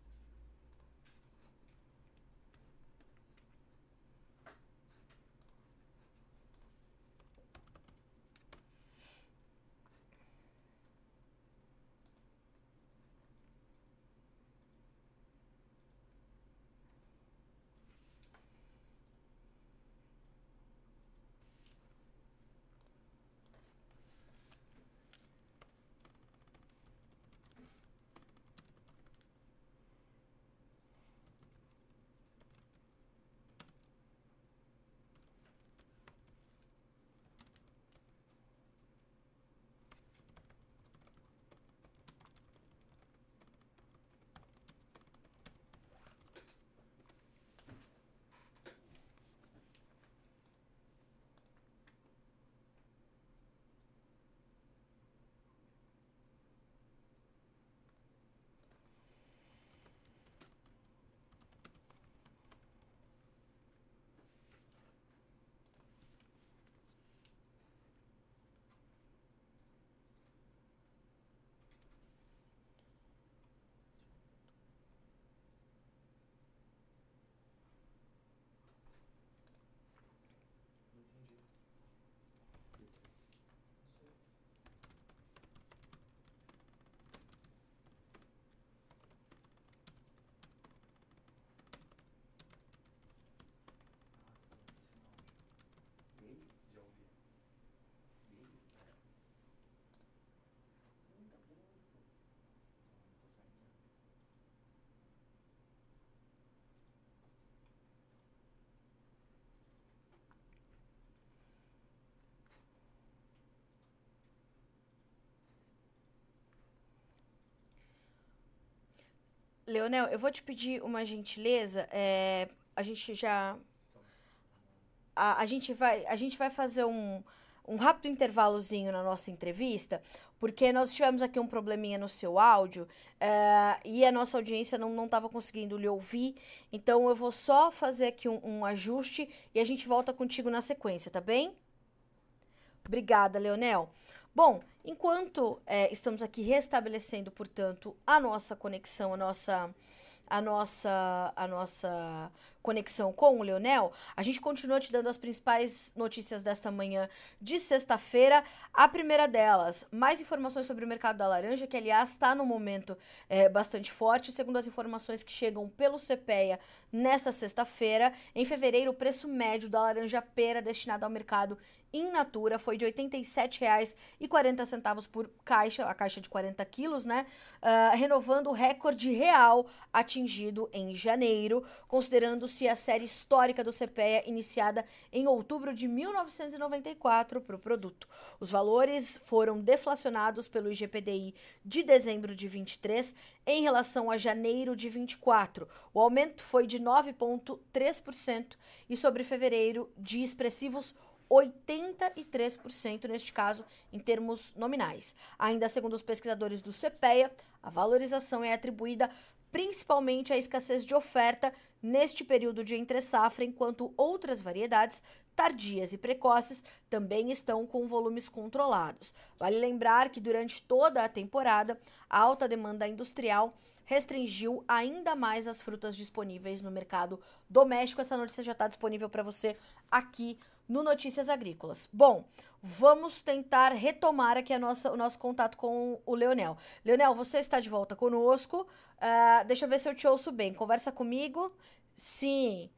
Leonel, eu vou te pedir uma gentileza. É, a gente já. A, a gente vai, a gente vai fazer um, um rápido intervalozinho na nossa entrevista, porque nós tivemos aqui um probleminha no seu áudio, é, e a nossa audiência não estava conseguindo lhe ouvir. Então eu vou só fazer aqui um, um ajuste e a gente volta contigo na sequência, tá bem? Obrigada, Leonel. Bom, enquanto é, estamos aqui restabelecendo, portanto, a nossa conexão, a nossa, a nossa, a nossa conexão com o Leonel, a gente continua te dando as principais notícias desta manhã de sexta-feira. A primeira delas, mais informações sobre o mercado da laranja, que aliás está no momento é, bastante forte, segundo as informações que chegam pelo CPEA nesta sexta-feira. Em fevereiro, o preço médio da laranja pera destinada ao mercado in natura foi de oitenta e sete reais e quarenta centavos por caixa, a caixa de quarenta quilos, né? Uh, renovando o recorde real atingido em janeiro, considerando-se a série histórica do CPEA iniciada em outubro de mil novecentos e noventa e quatro para o produto. Os valores foram deflacionados pelo I G P D I de dezembro de vinte e três em relação a janeiro de vinte e quatro. O aumento foi de nove vírgula três por cento e sobre fevereiro de expressivos oitenta e três por cento, neste caso, em termos nominais. Ainda segundo os pesquisadores do CPEA, a valorização é atribuída principalmente à escassez de oferta neste período de entre-safra, enquanto outras variedades tardias e precoces também estão com volumes controlados. Vale lembrar que durante toda a temporada, a alta demanda industrial restringiu ainda mais as frutas disponíveis no mercado doméstico. Essa notícia já está disponível para você aqui no Notícias Agrícolas. Bom, vamos tentar retomar aqui a nossa, o nosso contato com o Leonel. Leonel, você está de volta conosco. Uh, deixa eu ver se eu te ouço bem. Conversa comigo. Sim.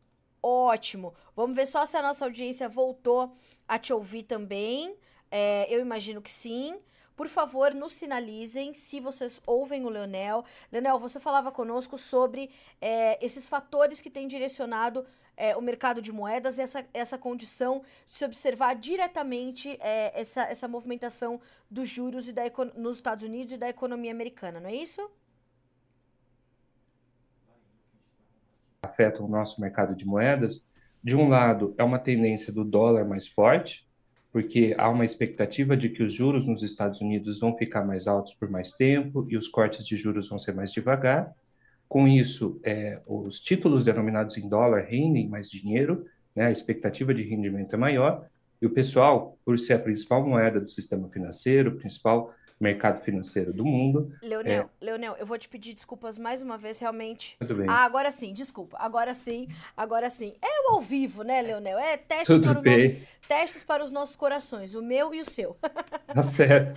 Ótimo. Vamos ver só se a nossa audiência voltou a te ouvir também. É, eu imagino que sim. Por favor, nos sinalizem se vocês ouvem o Leonel. Leonel, você falava conosco sobre é, esses fatores que têm direcionado é, o mercado de moedas e essa, essa condição de se observar diretamente é, essa, essa movimentação dos juros e da, nos Estados Unidos e da economia americana, não é isso? afetam o nosso mercado de moedas, de um lado, é uma tendência do dólar mais forte, porque há uma expectativa de que os juros nos Estados Unidos vão ficar mais altos por mais tempo e os cortes de juros vão ser mais devagar. Com isso, é, os títulos denominados em dólar rendem mais dinheiro, né, a expectativa de rendimento é maior, e o pessoal, por ser a principal moeda do sistema financeiro, o principal mercado financeiro do mundo... Leonel, é... Leonel, eu vou te pedir desculpas mais uma vez, realmente. Tudo bem. Ah, agora sim, desculpa. Agora sim, agora sim. É o ao vivo, né, Leonel? É testes, Tudo para, o bem. nosso, testes para os nossos corações, o meu e o seu. Tá certo.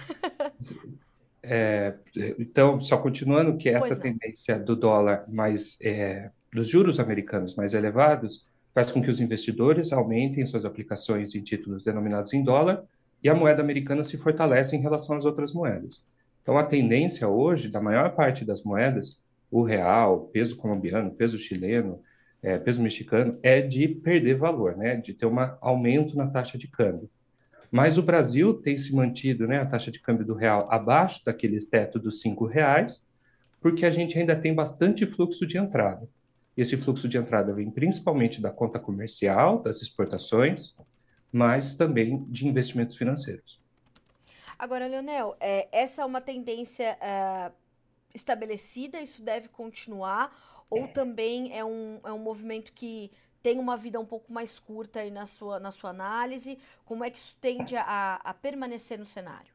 É, então, só continuando que essa Pois não. tendência do dólar mais, é, dos juros americanos mais elevados, faz com que os investidores aumentem suas aplicações em títulos denominados em dólar e a moeda americana se fortalece em relação às outras moedas. Então, a tendência hoje, da maior parte das moedas, o real, peso colombiano, peso chileno, é, peso mexicano, é de perder valor, né? De ter um aumento na taxa de câmbio. Mas o Brasil tem se mantido, né, a taxa de câmbio do real abaixo daquele teto dos cinco reais, porque a gente ainda tem bastante fluxo de entrada. Esse fluxo de entrada vem principalmente da conta comercial, das exportações, mas também de investimentos financeiros. Agora, Leonel, é, essa é uma tendência é, estabelecida, isso deve continuar, ou também é um, é um movimento que tem uma vida um pouco mais curta aí na sua, na sua análise? Como é que isso tende a, a permanecer no cenário?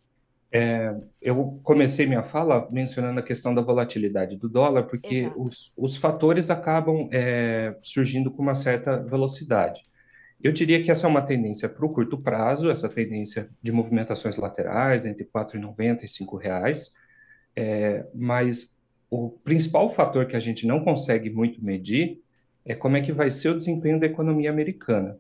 É, eu comecei minha fala mencionando a questão da volatilidade do dólar, porque Exato. os, os fatores acabam é, surgindo com uma certa velocidade. Eu diria que essa é uma tendência para o curto prazo, essa tendência de movimentações laterais entre quatro reais e noventa centavos e cinco reais, é, mas o principal fator que a gente não consegue muito medir é como é que vai ser o desempenho da economia americana.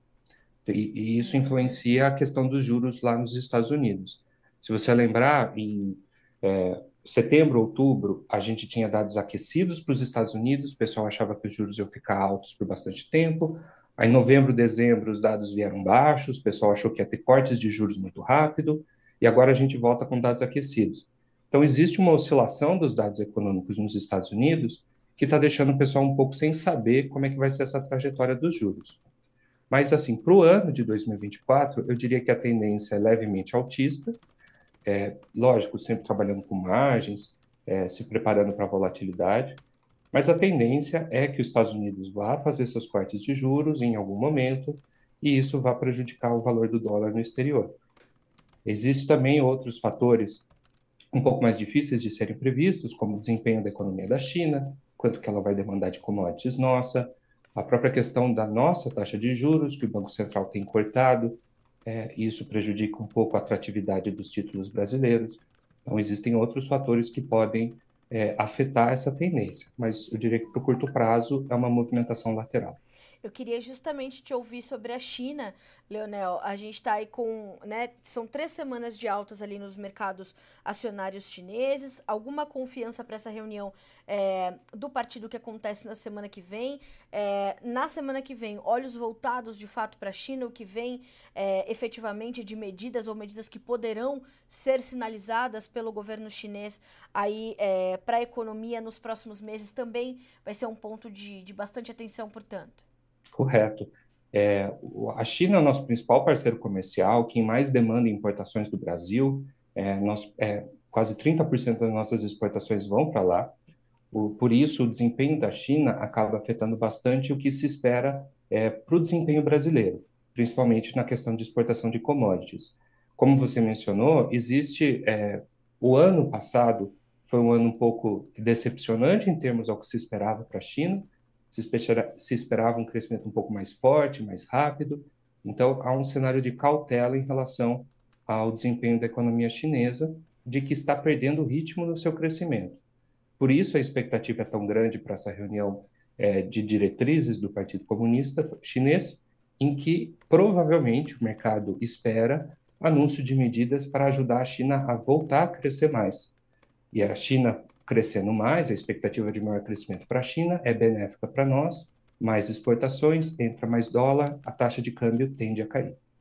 E, e isso influencia a questão dos juros lá nos Estados Unidos. Se você lembrar, em é, setembro, outubro, a gente tinha dados aquecidos para os Estados Unidos, o pessoal achava que os juros iam ficar altos por bastante tempo. Aí, em novembro, dezembro, os dados vieram baixos, o pessoal achou que ia ter cortes de juros muito rápido, e agora a gente volta com dados aquecidos. Então, existe uma oscilação dos dados econômicos nos Estados Unidos que está deixando o pessoal um pouco sem saber como é que vai ser essa trajetória dos juros. Mas, assim, para o ano de dois mil e vinte e quatro, eu diria que a tendência é levemente altista, é, lógico, sempre trabalhando com margens, é, se preparando para a volatilidade, mas a tendência é que os Estados Unidos vá fazer seus cortes de juros em algum momento, e isso vai prejudicar o valor do dólar no exterior. Existem também outros fatores um pouco mais difíceis de serem previstos, como o desempenho da economia da China, quanto que ela vai demandar de commodities nossa, a própria questão da nossa taxa de juros, que o Banco Central tem cortado, é, isso prejudica um pouco a atratividade dos títulos brasileiros. Então, existem outros fatores que podem é, afetar essa tendência, mas eu diria que para o curto prazo é uma movimentação lateral. Eu queria justamente te ouvir sobre a China, Leonel. A gente está aí com, né, são três semanas de altas ali nos mercados acionários chineses. Alguma confiança para essa reunião é, do partido que acontece na semana que vem? É, na semana que vem, olhos voltados de fato para a China, o que vem é, efetivamente de medidas ou medidas que poderão ser sinalizadas pelo governo chinês aí é, para a economia nos próximos meses também vai ser um ponto de, de bastante atenção, portanto. Correto. É, a China é o nosso principal parceiro comercial, quem mais demanda importações do Brasil. É, nós, é, quase trinta por cento das nossas exportações vão para lá. O, por isso, o desempenho da China acaba afetando bastante o que se espera é, para o desempenho brasileiro, principalmente na questão de exportação de commodities. Como você mencionou, existe... É, o ano passado foi um ano um pouco decepcionante em termos ao que se esperava para a China. Se, espera, se esperava um crescimento um pouco mais forte, mais rápido. Então, há um cenário de cautela em relação ao desempenho da economia chinesa, de que está perdendo o ritmo no seu crescimento. Por isso, a expectativa é tão grande para essa reunião é, de diretrizes do Partido Comunista Chinês, em que provavelmente o mercado espera anúncio de medidas para ajudar a China a voltar a crescer mais. E a China crescendo mais, a expectativa de maior crescimento para a China é benéfica para nós, mais exportações, entra mais dólar, a taxa de câmbio tende a cair.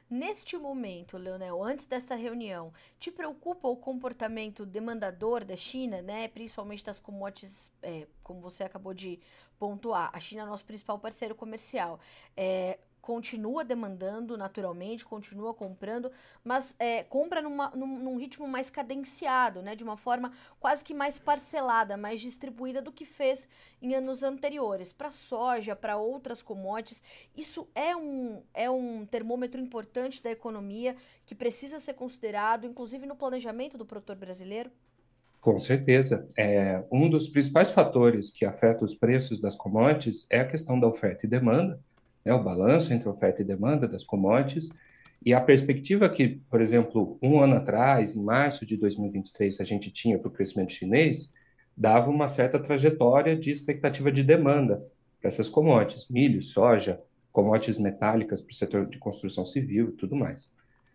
Neste momento, Leonel, antes dessa reunião, te preocupa o comportamento demandador da China, né? Principalmente das commodities, é, como você acabou de pontuar. A China é nosso principal parceiro comercial. É, continua demandando naturalmente, continua comprando, mas é, compra numa, num, num ritmo mais cadenciado, né? De uma forma quase que mais parcelada, mais distribuída do que fez em anos anteriores. Para soja, para outras commodities, isso é um, é um termômetro importante da economia que precisa ser considerado, inclusive no planejamento do produtor brasileiro? Com certeza. É, um dos principais fatores que afeta os preços das commodities é a questão da oferta e demanda, né, o balanço entre oferta e demanda das commodities, e a perspectiva que, por exemplo, um ano atrás, em março de dois mil e vinte e três, a gente tinha para o crescimento chinês, dava uma certa trajetória de expectativa de demanda para essas commodities, milho, soja, commodities metálicas para o setor de construção civil e tudo mais.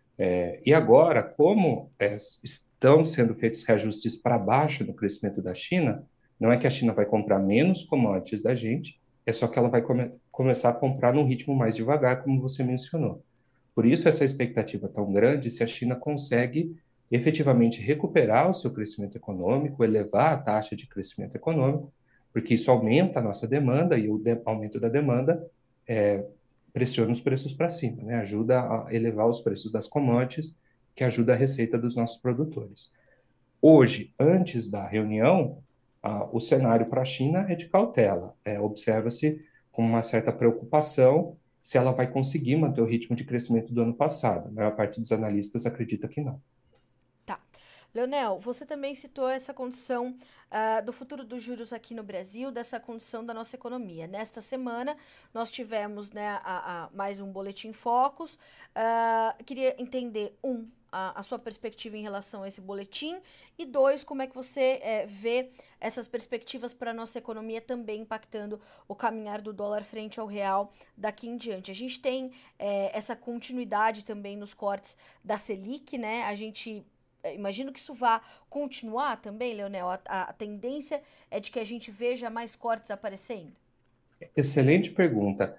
É, e agora, como é, estão sendo feitos reajustes para baixo no crescimento da China, não é que a China vai comprar menos commodities da gente, é só que ela vai come começar a comprar num ritmo mais devagar, como você mencionou. Por isso, essa expectativa tão grande se a China consegue efetivamente recuperar o seu crescimento econômico, elevar a taxa de crescimento econômico, porque isso aumenta a nossa demanda e o de aumento da demanda é, pressiona os preços para cima, né? Ajuda a elevar os preços das commodities, que ajuda a receita dos nossos produtores. Hoje, antes da reunião, ah, o cenário para a China é de cautela. É, observa-se com uma certa preocupação se ela vai conseguir manter o ritmo de crescimento do ano passado. A maior parte dos analistas acredita que não. Tá. Leonel, você também citou essa condição uh, do futuro dos juros aqui no Brasil, dessa condição da nossa economia. Nesta semana, nós tivemos, né, a, a, mais um Boletim Focus. Uh, queria entender, um, a, a sua perspectiva em relação a esse boletim, e dois, como é que você é, vê essas perspectivas para a nossa economia também impactando o caminhar do dólar frente ao real daqui em diante. A gente tem é, essa continuidade também nos cortes da Selic, né? A gente imagino que isso vá continuar também, Leonel. A, a, a tendência é de que a gente veja mais cortes aparecendo? Excelente pergunta.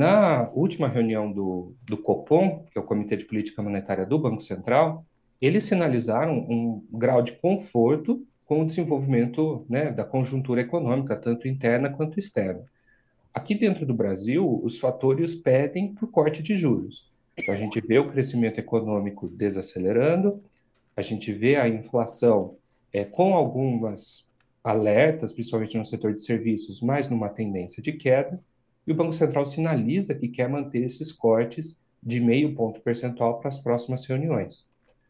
Na última reunião do, do Copom, que é o Comitê de Política Monetária do Banco Central, eles sinalizaram um grau de conforto com o desenvolvimento, né, da conjuntura econômica, tanto interna quanto externa. Aqui dentro do Brasil, os fatores pedem por corte de juros. Então, a gente vê o crescimento econômico desacelerando, a gente vê a inflação é, com algumas alertas, principalmente no setor de serviços, mas numa tendência de queda, e o Banco Central sinaliza que quer manter esses cortes de meio ponto percentual para as próximas reuniões.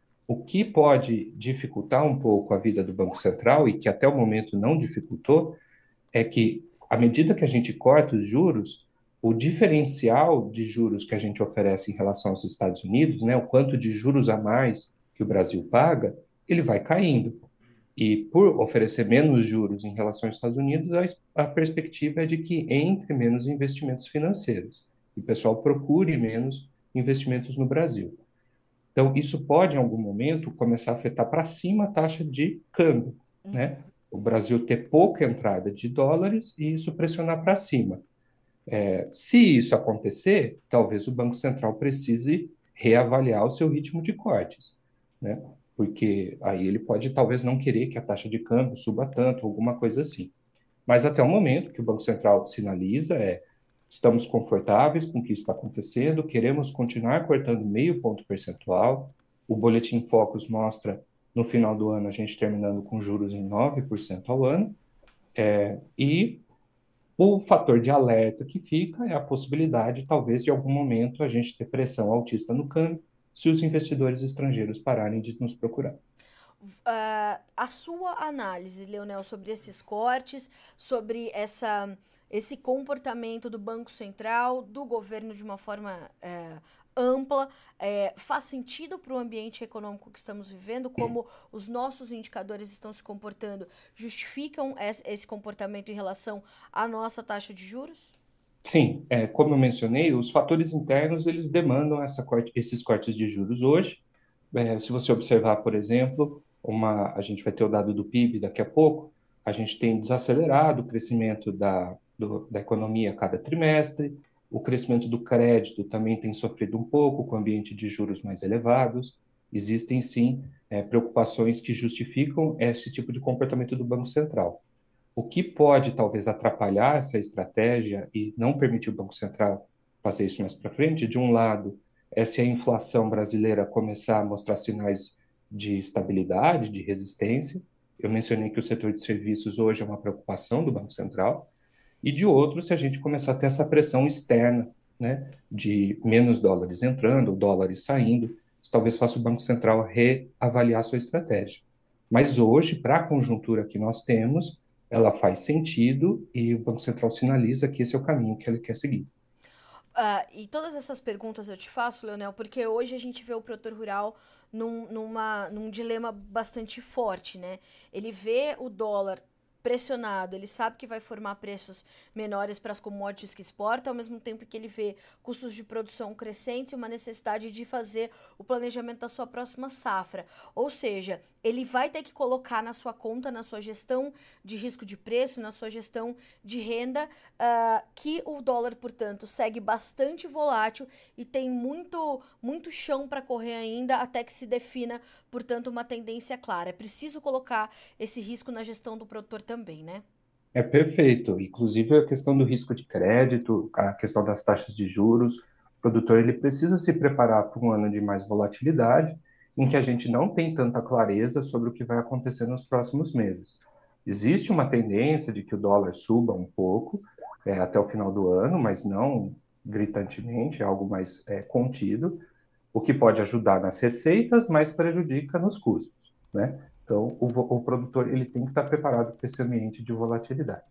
O que pode dificultar um pouco a vida do Banco Central, e que até o momento não dificultou, é que, à medida que a gente corta os juros, o diferencial de juros que a gente oferece em relação aos Estados Unidos, né, o quanto de juros a mais que o Brasil paga, ele vai caindo. E por oferecer menos juros em relação aos Estados Unidos, a, a perspectiva é de que entre menos investimentos financeiros. E o pessoal procure menos investimentos no Brasil. Então, isso pode, em algum momento, começar a afetar para cima a taxa de câmbio, uhum. né? O Brasil ter pouca entrada de dólares e isso pressionar para cima. É, se isso acontecer, talvez o Banco Central precise reavaliar o seu ritmo de cortes, né? Porque aí ele pode talvez não querer que a taxa de câmbio suba tanto, alguma coisa assim. Mas até o momento que o Banco Central sinaliza é: estamos confortáveis com o que está acontecendo, queremos continuar cortando meio ponto percentual. O Boletim Focus mostra, no final do ano, a gente terminando com juros em nove por cento ao ano. É, e o fator de alerta que fica é a possibilidade, talvez, de algum momento, a gente ter pressão altista no câmbio, se os investidores estrangeiros pararem de nos procurar. Uh, a sua análise, Leonel, sobre esses cortes, sobre essa, esse comportamento do Banco Central, do governo de uma forma é, ampla, é, faz sentido para o ambiente econômico que estamos vivendo? Como os nossos indicadores estão se comportando, justificam esse, esse comportamento em relação à nossa taxa de juros? Sim, é, como eu mencionei, os fatores internos eles demandam essa corte, esses cortes de juros hoje. É, se você observar, por exemplo, uma, a gente vai ter o dado do P I B daqui a pouco, a gente tem desacelerado o crescimento da, do, da economia a cada trimestre, O crescimento do crédito também tem sofrido um pouco com o ambiente de juros mais elevados. Existem, sim, é, preocupações que justificam esse tipo de comportamento do Banco Central. O que pode, talvez, atrapalhar essa estratégia e não permitir o Banco Central fazer isso mais para frente, de um lado, é se a inflação brasileira começar a mostrar sinais de estabilidade, de resistência. Eu mencionei que o setor de serviços hoje é uma preocupação do Banco Central. E de outro, se a gente começar a ter essa pressão externa, né, de menos dólares entrando, dólares saindo, isso talvez faça o Banco Central reavaliar sua estratégia. Mas hoje, para a conjuntura que nós temos, ela faz sentido e o Banco Central sinaliza que esse é o caminho que ele quer seguir. Uh, e todas essas perguntas eu te faço, Leonel, porque hoje a gente vê o produtor rural num, numa, num dilema bastante forte, né? Ele vê o dólar pressionado, ele sabe que vai formar preços menores para as commodities que exporta, ao mesmo tempo que ele vê custos de produção crescentes e uma necessidade de fazer o planejamento da sua próxima safra. Ou seja, ele vai ter que colocar na sua conta, na sua gestão de risco de preço, na sua gestão de renda, uh, que o dólar, portanto, segue bastante volátil e tem muito, muito chão para correr ainda até que se defina, portanto, uma tendência clara. É preciso colocar esse risco na gestão do produtor também, né? É perfeito. Inclusive a questão do risco de crédito, a questão das taxas de juros. O produtor ele precisa se preparar para um ano de mais volatilidade, em que a gente não tem tanta clareza sobre o que vai acontecer nos próximos meses. Existe uma tendência de que o dólar suba um pouco é, até o final do ano, mas não gritantemente, é algo mais é, contido, o que pode ajudar nas receitas, mas prejudica nos custos, né? Então, o, o produtor ele tem que estar preparado para esse ambiente de volatilidade.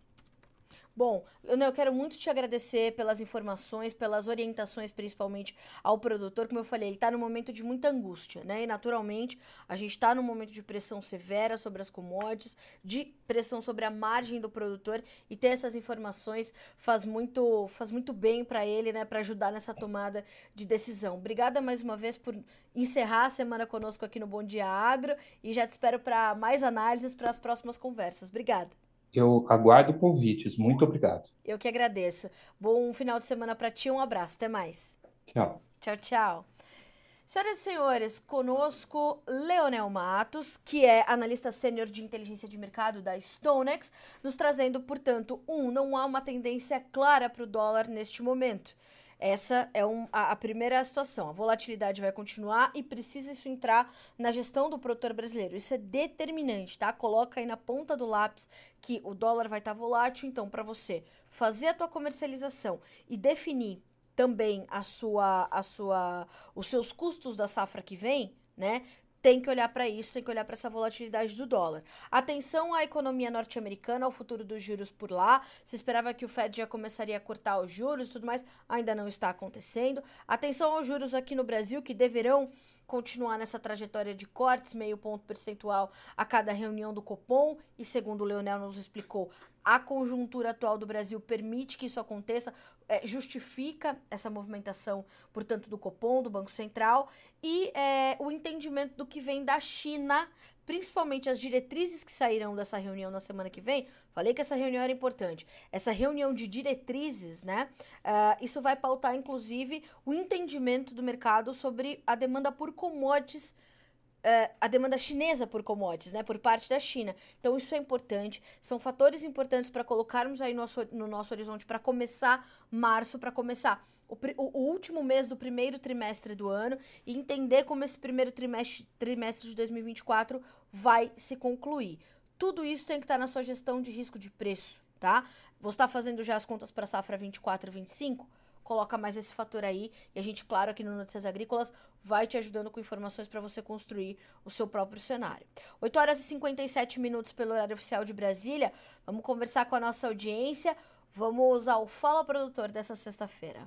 Bom, Leonel, eu quero muito te agradecer pelas informações, pelas orientações, principalmente ao produtor. Como eu falei, ele está num momento de muita angústia, né? E, naturalmente, a gente está num momento de pressão severa sobre as commodities, de pressão sobre a margem do produtor, e ter essas informações faz muito, faz muito bem para ele, né? Para ajudar nessa tomada de decisão. Obrigada mais uma vez por encerrar a semana conosco aqui no Bom Dia Agro, e já te espero para mais análises para as próximas conversas. Obrigada. Eu aguardo convites. Muito obrigado. Eu que agradeço. Bom final de semana para ti. Um abraço. Até mais. Tchau. Tchau, tchau. Senhoras e senhores, conosco Leonel Matos, que é analista sênior de inteligência de mercado da StoneX, nos trazendo, portanto, um, não há uma tendência clara para o dólar neste momento. Essa é um, a, a primeira situação. A volatilidade vai continuar e precisa isso entrar na gestão do produtor brasileiro. Isso é determinante, tá? Coloca aí na ponta do lápis que o dólar vai estar volátil. Então, para você fazer a tua comercialização e definir também a sua, a sua, os seus custos da safra que vem, né? Tem que olhar para isso, tem que olhar para essa volatilidade do dólar. Atenção à economia norte-americana, ao futuro dos juros por lá. Se esperava que o Fed já começaria a cortar os juros e tudo mais, ainda não está acontecendo. Atenção aos juros aqui no Brasil, que deverão continuar nessa trajetória de cortes, meio ponto percentual a cada reunião do Copom. E segundo o Leonel nos explicou, a conjuntura atual do Brasil permite que isso aconteça, é, justifica essa movimentação, portanto, do Copom, do Banco Central, e é, o entendimento do que vem da China, principalmente as diretrizes que sairão dessa reunião na semana que vem. Falei que essa reunião era importante. Essa reunião de diretrizes, né? Uh, isso vai pautar, inclusive, o entendimento do mercado sobre a demanda por commodities, Uh, a demanda chinesa por commodities, né, por parte da China. Então isso é importante, são fatores importantes para colocarmos aí no nosso, no nosso horizonte para começar março, para começar o, o, o último mês do primeiro trimestre do ano e entender como esse primeiro trimestre, trimestre de dois mil e vinte e quatro vai se concluir. Tudo isso tem que estar na sua gestão de risco de preço, tá? Você está fazendo já as contas para a safra vinte e quatro e vinte e cinco? Coloca mais esse fator aí e a gente, claro, aqui no Notícias Agrícolas vai te ajudando com informações para você construir o seu próprio cenário. oito horas e cinquenta e sete minutos pelo horário oficial de Brasília. Vamos conversar com a nossa audiência. Vamos ao Fala Produtor dessa sexta-feira.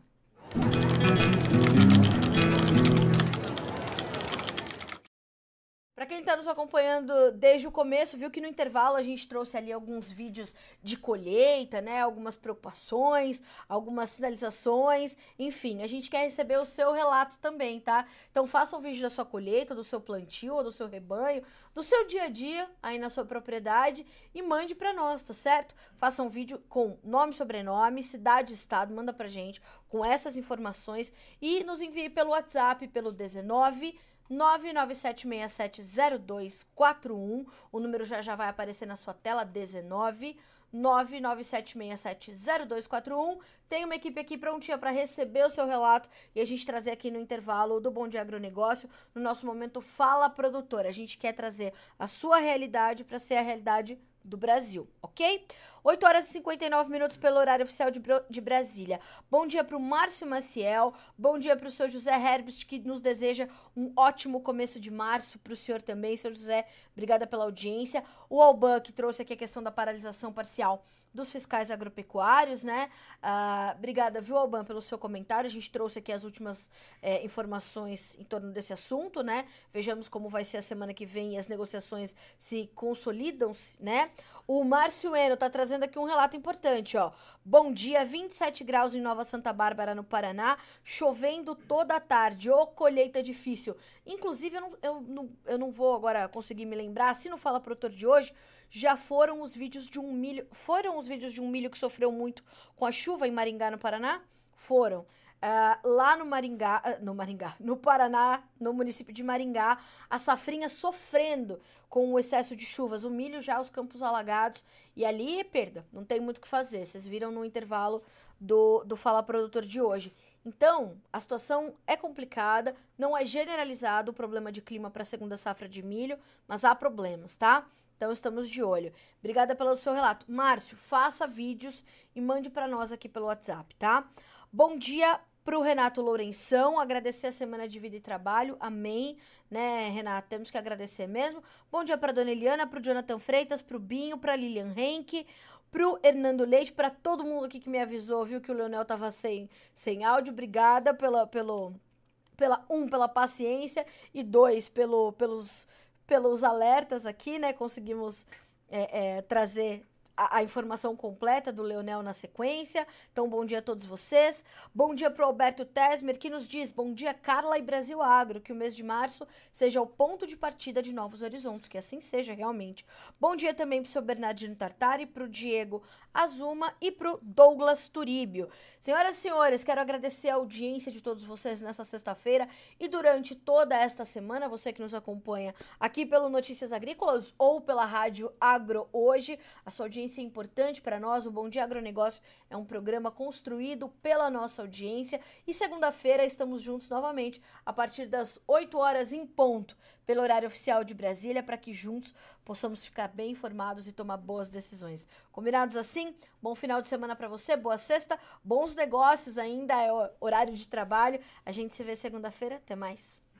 Para quem está nos acompanhando desde o começo, viu que no intervalo a gente trouxe ali alguns vídeos de colheita, né? Algumas preocupações, algumas sinalizações, enfim, a gente quer receber o seu relato também, tá? Então faça um vídeo da sua colheita, do seu plantio, ou do seu rebanho, do seu dia a dia aí na sua propriedade e mande para nós, tá certo? Faça um vídeo com nome, sobrenome, cidade, estado, manda pra gente com essas informações e nos envie pelo WhatsApp, pelo dezenove nove nove sete seis sete zero dois quatro um. O número já já vai aparecer na sua tela, dezenove nove nove sete seis sete zero dois quatro um. Tem uma equipe aqui prontinha para receber o seu relato e a gente trazer aqui no intervalo do Bom Dia Agronegócio, no nosso momento Fala Produtora. A gente quer trazer a sua realidade para ser a realidade do Brasil, ok? oito horas e cinquenta e nove minutos pelo horário oficial de, de Brasília. Bom dia para o Márcio Maciel, bom dia para o seu José Herbst, que nos deseja um ótimo começo de março, para o senhor também, seu José, obrigada pela audiência. O Alban, que trouxe aqui a questão da paralisação parcial dos fiscais agropecuários, né? Uh, obrigada, viu, Alban, pelo seu comentário. A gente trouxe aqui as últimas é, informações em torno desse assunto, né? Vejamos como vai ser a semana que vem e as negociações se consolidam, né? O Márcio Eno tá trazendo aqui um relato importante, ó. Bom dia, vinte e sete graus em Nova Santa Bárbara, no Paraná, chovendo toda a tarde, ô colheita difícil. Inclusive, eu não, eu, não, eu não vou agora conseguir me lembrar, se não Fala Produtor de hoje, já foram os vídeos de um milho, foram os vídeos de um milho que sofreu muito com a chuva em Maringá, no Paraná? Foram. Uh, lá no Maringá, uh, no Maringá, no Paraná, no município de Maringá, a safrinha sofrendo com o excesso de chuvas, o milho já, os campos alagados, e ali é perda, não tem muito o que fazer, vocês viram no intervalo do, do Fala Produtor de hoje. Então, a situação é complicada, não é generalizado o problema de clima para a segunda safra de milho, mas há problemas, tá? Então, estamos de olho. Obrigada pelo seu relato. Márcio, faça vídeos e mande para nós aqui pelo WhatsApp, tá? Bom dia para o Renato Lourenção, agradecer a semana de vida e trabalho, amém, né, Renato, temos que agradecer mesmo. Bom dia para a dona Eliana, para o Jonathan Freitas, para o Binho, para a Lilian Henke, para o Hernando Leite, para todo mundo aqui que me avisou, viu, que o Leonel tava sem, sem áudio, obrigada pela, pelo, pela, um, pela paciência e dois, pelo, pelos, pelos alertas aqui, né, conseguimos é, é, trazer A, a informação completa do Leonel na sequência. Então, bom dia a todos vocês. Bom dia para o Alberto Tesmer, que nos diz, bom dia Carla e Brasil Agro, que o mês de março seja o ponto de partida de novos horizontes, que assim seja realmente. Bom dia também para o seu Bernardino Tartari, para o Diego Azuma e para o Douglas Turíbio. Senhoras e senhores, quero agradecer a audiência de todos vocês nessa sexta-feira e durante toda esta semana, você que nos acompanha aqui pelo Notícias Agrícolas ou pela Rádio Agro Hoje, a sua audiência é importante para nós. O Bom Dia Agronegócio é um programa construído pela nossa audiência e segunda-feira estamos juntos novamente a partir das oito horas em ponto, pelo horário oficial de Brasília, para que juntos possamos ficar bem informados e tomar boas decisões. Combinados assim? Bom final de semana para você, boa sexta, bons negócios, ainda é horário de trabalho. A gente se vê segunda-feira, até mais.